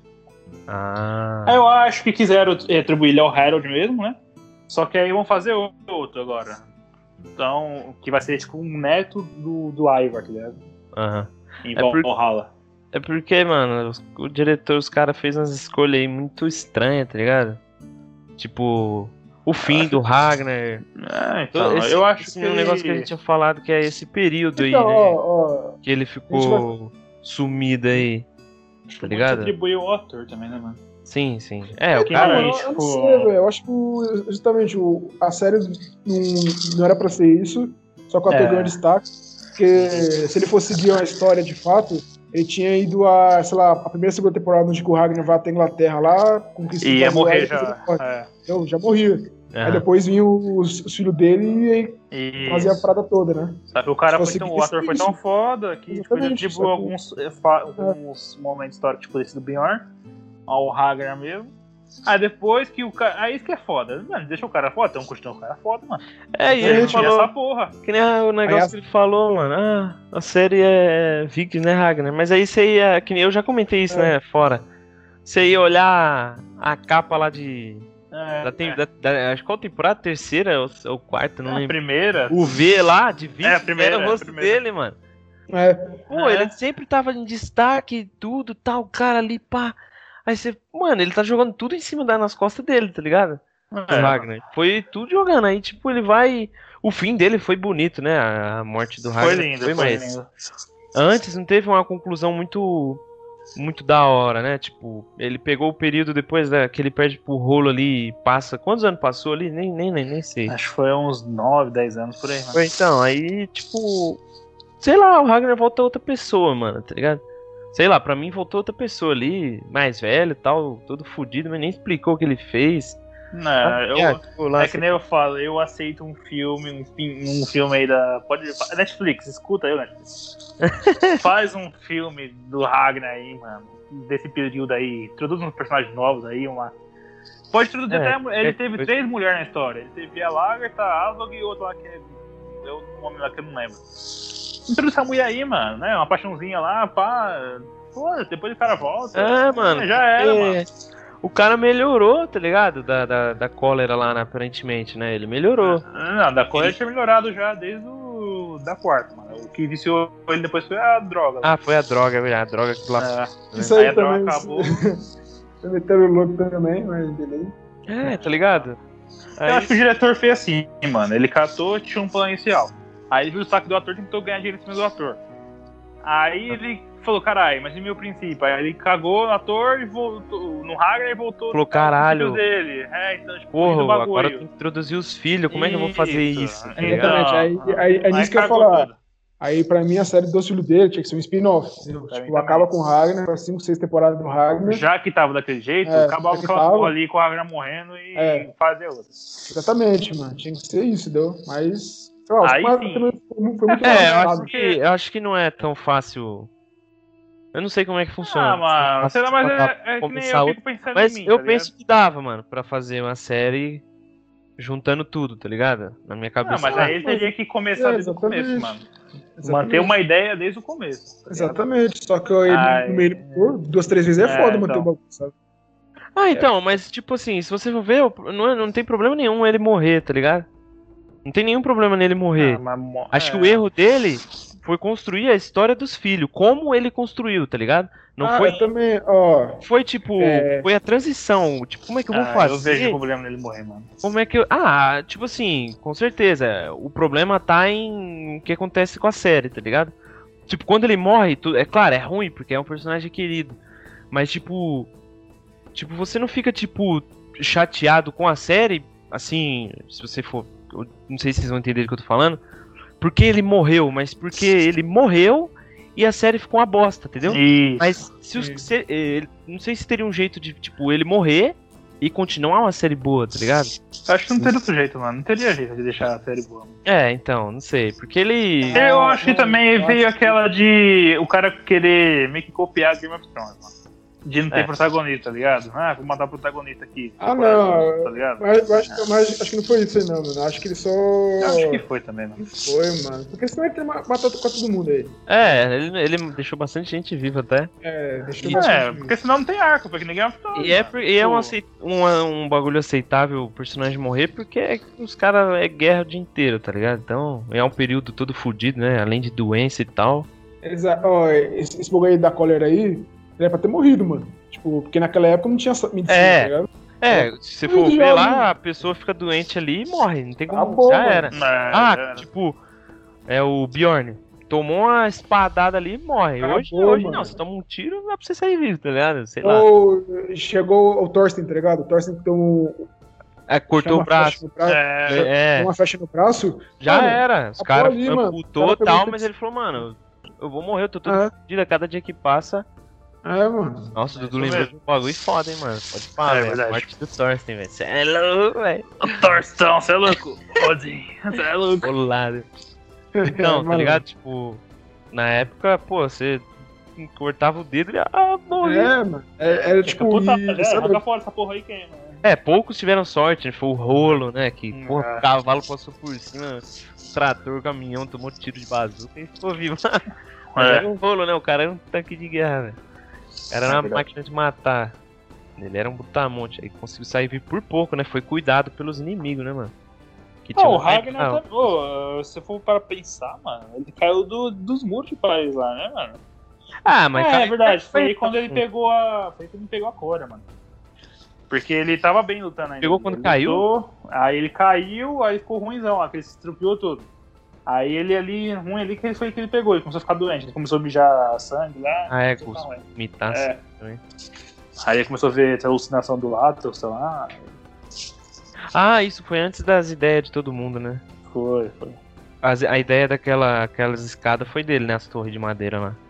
Ah. Aí eu acho que quiseram atribuir ele ao Harold mesmo, né? Só que aí vão fazer outro agora. Então, que vai ser tipo um neto do, do Ivar, tá ligado? Aham. Em É por- Valhalla. É porque, mano, os- o diretor, os caras fez umas escolhas aí muito estranhas, tá ligado? Tipo, o fim do Ragnar. É, então, Esse- eu acho esse que é um ele... negócio que a gente tinha falado, que é esse período aí, Então, né? ó, ó, Que ele ficou sumido aí, tá ligado? atribuiu o ator também, né, mano? Sim, sim. É, o Que cara... Cara, Aí, eu, eu não tipo- sei, velho. Eu acho que o- justamente o, a série não, não era pra ser isso, só com o ator É. ganhando destaque. Porque se ele fosse seguir uma história de fato, ele tinha ido a, sei lá, a primeira e segunda temporada onde o Ragnar vai até a Inglaterra lá, conquistar E ia o morrer depois já. ele morre. É. Eu já morria. Aí Ah, depois vinham os, os filhos dele e aí E... fazia a parada toda, né? Só que o cara Se foi fosse tão, o ator foi isso. tão foda que tipo, ele Exatamente, atribuiu só que- alguns, eh, fa- alguns momentos históricos, tipo esse do Bjorn, ao Ragnar mesmo. Aí depois que o cara. Aí isso que é foda. Mano, deixa o cara foda, então continua o cara foda, mano. É, e Ele ele gente, tinha falou... essa porra. Que nem o negócio Aí a- que ele falou, mano. Ah, a série é Vikings, né, Ragnar? Mas aí você ia. Que nem eu já comentei isso, É. né? Fora. Você ia olhar a capa lá de. É, Da, tem, é. da, da, acho que qual temporada? Terceira ou, ou quarta, não É, a lembro. primeira. O V lá de Vikings É, a primeira, era o é a rosto primeira. dele, mano. É, Pô, É. ele sempre tava em destaque e tudo, tal, o cara ali, pá. Aí você. Mano, ele tá jogando tudo em cima da, nas costas dele, tá ligado? É, O Ragnar. Foi tudo jogando. Aí, tipo, ele vai. O fim dele foi bonito, né? A, a morte do Ragnar. Foi lindo, foi, mas lindo. antes não teve uma conclusão muito. Muito da hora, né? Tipo, ele pegou o período depois da, que ele perde pro rolo ali e passa. Quantos anos passou ali? Nem, nem, nem, nem sei. Acho que foi uns nove, dez anos por aí, mano. Foi, então, aí, tipo. Sei lá, o Ragnar volta outra pessoa, mano, tá ligado? Sei lá, pra mim voltou outra pessoa ali, mais velho e tal, todo fudido, mas nem explicou o que ele fez. Não, Ah, eu, é, tipo, lá, é que nem eu falo, eu aceito um filme, um, fi- um filme aí da. Pode. Netflix, escuta aí, Netflix. Faz um filme do Ragnar aí, mano. Desse período aí. Introduz uns personagens novos aí, uma. Pode introduzir É, até. Ele é, teve foi- três mulheres na história. Ele teve a Lagertha, a Asog e outro lá que é. É o nome lá que eu não lembro. Introduz essa mulher aí, mano, né? Uma paixãozinha lá, pá. Pô, depois o cara volta. É, mano. Já era, é, mano. O cara melhorou, tá ligado? Da, da, da cólera lá, né, aparentemente, né? Ele melhorou. Não, da coisa tinha melhorado já desde o. Da quarta, mano. O que viciou ele depois foi a droga. Ah, foi a droga, a droga que lá. É. isso Aí aí a droga também. acabou. Tá metendo louco também, mas beleza. É, tá ligado? Eu Aí, acho que o diretor fez assim, mano. Ele catou, tinha um plano inicial. Aí ele viu o saco do ator, tentou ganhar dinheiro em cima do ator. Aí ele falou, caralho, mas e meu princípio? Aí ele cagou no ator e voltou no Ragnar e voltou Falou, nos caralho. princípios dele. É, então, tipo, porra, do bagulho. agora eu tenho que introduzir os filhos, como é que eu vou fazer Isso. isso? Tá Então, ligado? Exatamente, aí- aí- é nisso que eu ia cagou falar. tudo. Aí, pra mim, a série do filho dele tinha que ser um spin-off. entendeu? Pra mim Tipo, também. acaba com o Ragnar, para cinco, seis temporadas do Ragnar. Já que tava daquele jeito, É, acabava já que aquela tava. porra ali com o Ragnar morrendo e É. fazer outra. Exatamente, mano. Tinha que ser isso, entendeu? Mas, sei lá, os Aí quatro sim. também foi muito, foi muito É, eu avançado. acho, que, eu acho que não é tão fácil. Eu não sei como é que funciona. Ah, mano, sei lá, mas Pra é, é que nem começar eu outra- fico pensando Mas em mim, eu tá penso ligado? que dava, mano, pra fazer uma série juntando tudo, tá ligado? Na minha cabeça. Não, mas Ah, aí ele mas- teria que começar é, desde o começo, exatamente. mano. Exatamente. Manter uma ideia desde o começo. tá ligado? Exatamente. Só que ele, Ai, no meio, pô, duas, três vezes é, é, foda manter então. o bagulho, sabe? Ah, então, mas tipo assim, se você for ver, não, é- não tem problema nenhum ele morrer, tá ligado? Não tem nenhum problema nele morrer. Ah, mas mo- Acho é. que o erro dele foi construir a história dos filhos, como ele construiu, tá ligado? Não ah, foi, eu também, ó. foi tipo, É. foi a transição, tipo, como é que eu vou Ah, fazer? eu vejo problema nele morrer, mano. Como é que eu... Ah, tipo assim, com certeza, o problema tá em o que acontece com a série, tá ligado? Tipo, quando ele morre, tu... é claro, é ruim, porque é um personagem querido, mas tipo, tipo, você não fica, tipo, chateado com a série, assim, se você for, eu não sei se vocês vão entender o que eu tô falando, porque ele morreu, mas porque ele morreu e a série ficou uma bosta, entendeu? Isso. Mas se os, se, ele, não sei se teria um jeito de, tipo, ele morrer e continuar uma série boa, tá ligado? Acho que não teria outro jeito, mano. Não teria jeito de deixar a série boa. É, então, não sei. Porque ele. Eu acho que também veio aquela de o cara querer meio que copiar Game of Thrones, mano. De não ter É. protagonista, tá ligado? Ah, vou matar o protagonista aqui. Ah, não. Tá ligado? Mas, eu acho, mas acho que não foi isso aí, não, mano. Acho que ele só. Eu acho que foi também, mano. Foi, mano. Porque senão ele teria ma- matado com todo mundo aí. É, ele, ele deixou bastante gente viva até. É, deixa eu E- bastante É, ver. porque senão não tem arco, porque ninguém é E é, por- e é um, aceit- um, um bagulho aceitável o personagem morrer, porque é que os caras é guerra o dia inteiro, tá ligado? Então é um período todo fudido, né? Além de doença e tal. Exa- ó, esse, esse bagulho aí da cólera aí, ele é pra ter morrido, mano. Tipo, porque naquela época não tinha sa- medicina, É. tá ligado? É, se você for Ih, ver já lá, a pessoa fica doente ali e morre. Não tem como. Acabou, já mano. era. Ah, tipo, é o Bjorn. Tomou uma espadada ali e morre. Acabou, hoje hoje mano. não, você toma um tiro, não dá pra você sair vivo, tá ligado? Sei lá. Ou chegou o Thorsten, tá ligado? O Thorsten que tem um. É, cortou chama o braço. flecha no braço, É, É, tem uma flecha no braço. já Mano, era. Os acabou caras ali, mano. amputou O e cara tal, pegou- mas ele falou, mano, eu vou morrer, eu tô todo É. fodido a cada dia que passa. É, mano. Nossa, o Dudu isso lembrou mesmo. de um bagulho foda, hein, mano. Pode falar, É velho. verdade. A morte do Thorsten, velho. Cê é louco, velho. o Torstão, você é louco? Odin, você é louco. Bolado. Então, tá Mano. ligado? Tipo, na época, pô, você cortava o dedo e ah, morreu. É, mano. É, era tipo. Puta, e- é, sabe- arranca fora essa porra aí, queima. É, poucos tiveram sorte, né? Foi o rolo, né? Que, Hum, porra, é. o cavalo passou por cima, o trator, o caminhão, tomou tiro de bazuca e ficou vivo. Mas É. era um rolo, né? O cara era um tanque de guerra, velho. O cara era É uma verdade. máquina de matar. Ele era um brutamonte. Aí conseguiu sair vivo por pouco, né? Foi cuidado pelos inimigos, né, mano? Que Pô, o um- Ragnar Ah, tá. Pô, se for para pensar, mano, ele caiu do, dos muros de país lá, né, mano? Ah, mas é, cara, é verdade, foi aí foi- quando ele pegou a. Foi aí quando ele pegou a Cora, mano. Porque ele tava bem lutando ainda. Pegou quando Ele caiu? lutou, aí ele caiu, aí ficou ruimzão, ó, que ele se estrupiou tudo. Aí ele ali, ruim ali, que foi que ele pegou, ele começou a ficar doente, ele começou a mijar sangue lá. Ah, é, Não, com é. mitasse É. também. Aí ele começou a ver essa alucinação do lado, sei lá. Ah, isso foi antes das ideias de todo mundo, né? Foi, foi. As- a ideia daquela aquelas escadas foi dele, né? As torres de madeira lá.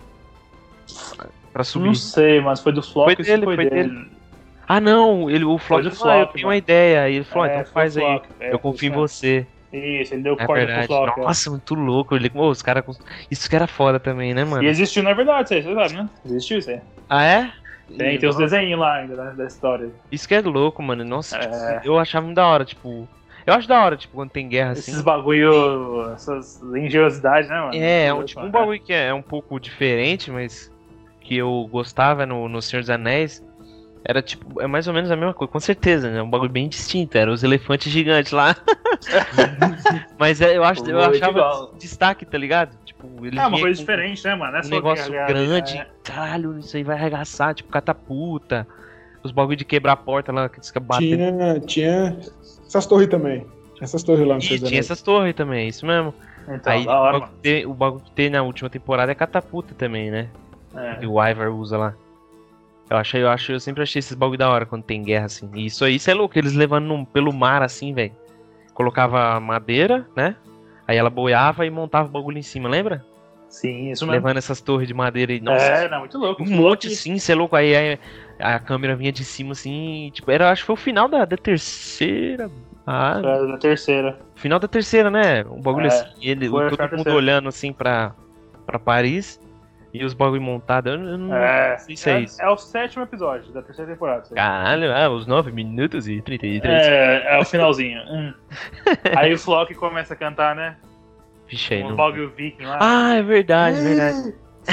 Pra subir. Não sei, mas foi do Flock, Foi isso dele, foi, foi dele. Ah, não, ele, o Flock do falou, ah, eu Flock, tenho uma mano. ideia. Aí ele falou, ah, É, então foi faz o aí. Flock, é, eu foi confio em isso mesmo. você. Isso, ele deu É corda pro verdade. Flock. é. Nossa, muito louco. Ele, oh, os caras. cons- Isso que era foda também, né, mano? E existiu, na verdade, isso aí, você sabe, né? Existiu isso aí. Ah, é? Tem, tem os desenhos lá ainda né, da história. Isso que é louco, mano. Nossa, É. tipo, eu achava muito da hora, tipo. Eu acho da hora, tipo, quando tem guerra assim. Esses bagulho, essas engenhosidades, né, mano? É, é um, Muito tipo, louco, um né? bagulho que é, é um pouco diferente, mas que eu gostava no, no Senhor dos Anéis. Era tipo, é mais ou menos a mesma coisa, com certeza, né? Um bagulho bem distinto, era os elefantes gigantes lá. Mas é, eu, acho, eu Muito achava igual. destaque, tá ligado? Tipo, ele É uma vinha coisa com diferente, né, mano? Não é um só negócio guerra, grande, né? caralho, isso aí vai arregaçar, tipo catapulta. Os bagulho de quebrar a porta lá, que fica batendo. Tinha, tinha essas torres também. Tinha essas torres lá no E Senhor dos tinha Anéis. essas torres também, isso mesmo. Então, Aí da hora, o, bagulho que tem, o bagulho que tem na última temporada é catapulta também, né? mano. Que É. o Ivar usa lá. Eu achei, eu acho, eu sempre achei esses bagulho da hora quando tem guerra assim. E isso aí, isso é louco, eles levando num- pelo mar assim, velho. Colocava madeira, né? Aí ela boiava e montava o bagulho em cima, lembra? Sim, isso mesmo. Levando essas torres de madeira e nossa, É, não, muito louco. um monte assim, você é louco. Aí, aí a câmera vinha de cima assim, tipo, era, acho que foi o final da, da terceira. Ah, É, da terceira. final da terceira, né? Um bagulho É, assim, ele, foi, todo foi a mundo terceira. olhando assim pra, pra Paris e os bagulho montados. Eu, eu não É, sei se é, é, isso. é o sétimo episódio da terceira temporada. isso aí. Caralho, ah, os nove minutos e trinta e três. É, é o finalzinho. Hum. Aí o Flock começa a cantar, né? Vixe, aí Um não. bagulho viking lá. Ah, é verdade, é verdade.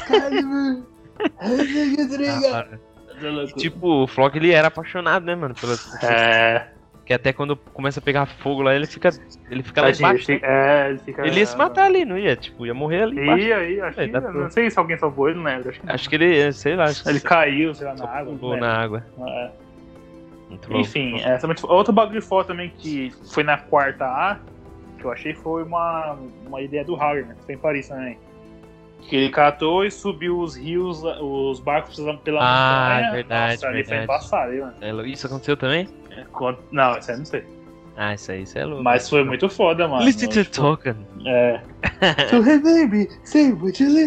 Tá Ah, louco. tipo, o Flock ele era apaixonado, né, mano? Pela... É, Que até quando começa a pegar fogo lá, ele fica. Ele fica lá tadinho, embaixo. fica- é, ele fica. Ele ia se matar ali, não ia? Tipo, ia morrer ali embaixo. Ia, ia, acho É, que. dá Não pra- sei se alguém salvou ele, não lembro. Acho que Acho que ele, sei lá, acho que ele só- caiu, sei lá, só na água. pulou não na lembro. água. É. Muito louco. Enfim, essa é muito... outro bagulho foda também que foi na quarta A, que eu achei foi uma, uma ideia do Howard, que foi em Paris também. Que ele catou e subiu os rios, os barcos pela Ah, montanha. é verdade, Nossa, ali foi verdade. embaçado, hein, mano. É louco. Isso aconteceu também? Quando- Não, isso aí eu não sei. Ah, isso aí, isso é louco. Mas foi muito foda, mano. Listen to Tipo, Token. É. So hey baby, say what you listen.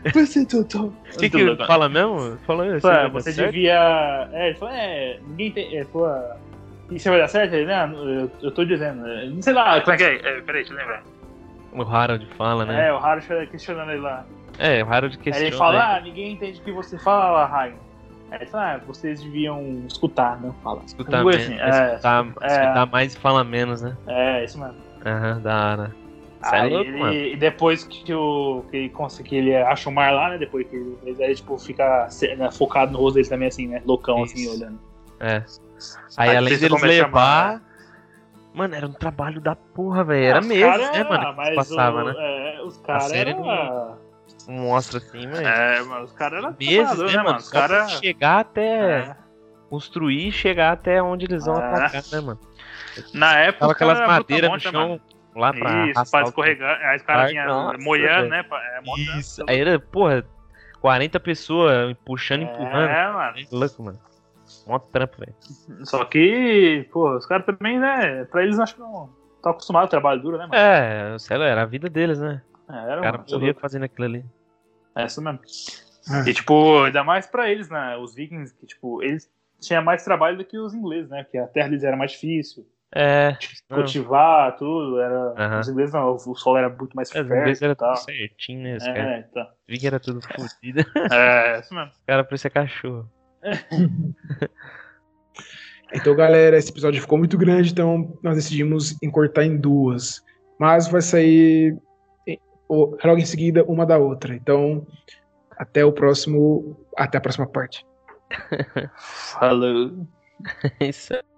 Você tudo. O que que ele fala mesmo? Falou isso. Ué, você devia. É, ele falou, é, ninguém tem. É, pô, isso vai dar certo? Ele, não, eu, eu tô dizendo. Não sei lá, como é que é? é peraí, deixa eu lembrar. O Harold fala, né? É, o Harold questionando ele lá. É, o Harold questiona. Aí ele fala, ah, ninguém entende o que você fala, Ragnar. Aí ele fala, ah, vocês deviam escutar, não fala. Escutar, menos, assim, é, escutar, é, escutar mais e falar menos, né? É, isso mesmo. Aham, da hora. Isso Aí é louco, ele, mano. e depois que, o, que, ele, que ele acha o mar lá, né? Depois que ele, aí, tipo, fica né, focado no rosto dele também, assim, né? Loucão, Isso. assim, olhando. É. Aí, Aí além você deles começa a levar... chamar, Mano, era um trabalho da porra, velho. Era os meses, cara, né, mano? Que mas passava, o, né? É, os A caras série eram... não- Não mostra assim, mas... É, mas os caras eram meses, trabalhadores, né, mano? Os Só pra caras... chegar até... É. Construir e chegar até onde eles vão É. atacar, né, mano? Na época, Tava os caras aquelas eram madeiras no brutamonte, né, chão mano? lá pra Isso, arrastar pra o- escorregar. Aí os caras vinham Nossa, moiando, velho. né? pra- É, montando. Isso, aí era, porra, quarenta pessoas puxando e empurrando. É, mano. É louco, mano. Mó trampo, velho. Só que, pô, os caras também, né? Pra eles, acho que não estão acostumados ao trabalho duro, né, mano? É, sei lá, era a vida deles, né? É, era, O cara mano, morria fazendo aquilo ali. É isso mesmo. É. E, tipo, ainda mais pra eles, né? Os vikings, que, tipo, eles tinham mais trabalho do que os ingleses, né? Porque a terra deles era mais difícil. É. Não. Cultivar, tudo. Era... Aham. Os ingleses não, o solo era muito mais É, os fértil ingleses e era tal. tudo certinho, né? Os caras. É, então. Vi que era tudo fodido. É, isso mesmo. Os caras pareciam cachorro. Então, galera, esse episódio ficou muito grande, então nós decidimos encurtar em duas. Mas vai sair em- o- logo em seguida uma da outra. Então, até o próximo. Até a próxima parte. Falou. Isso aí.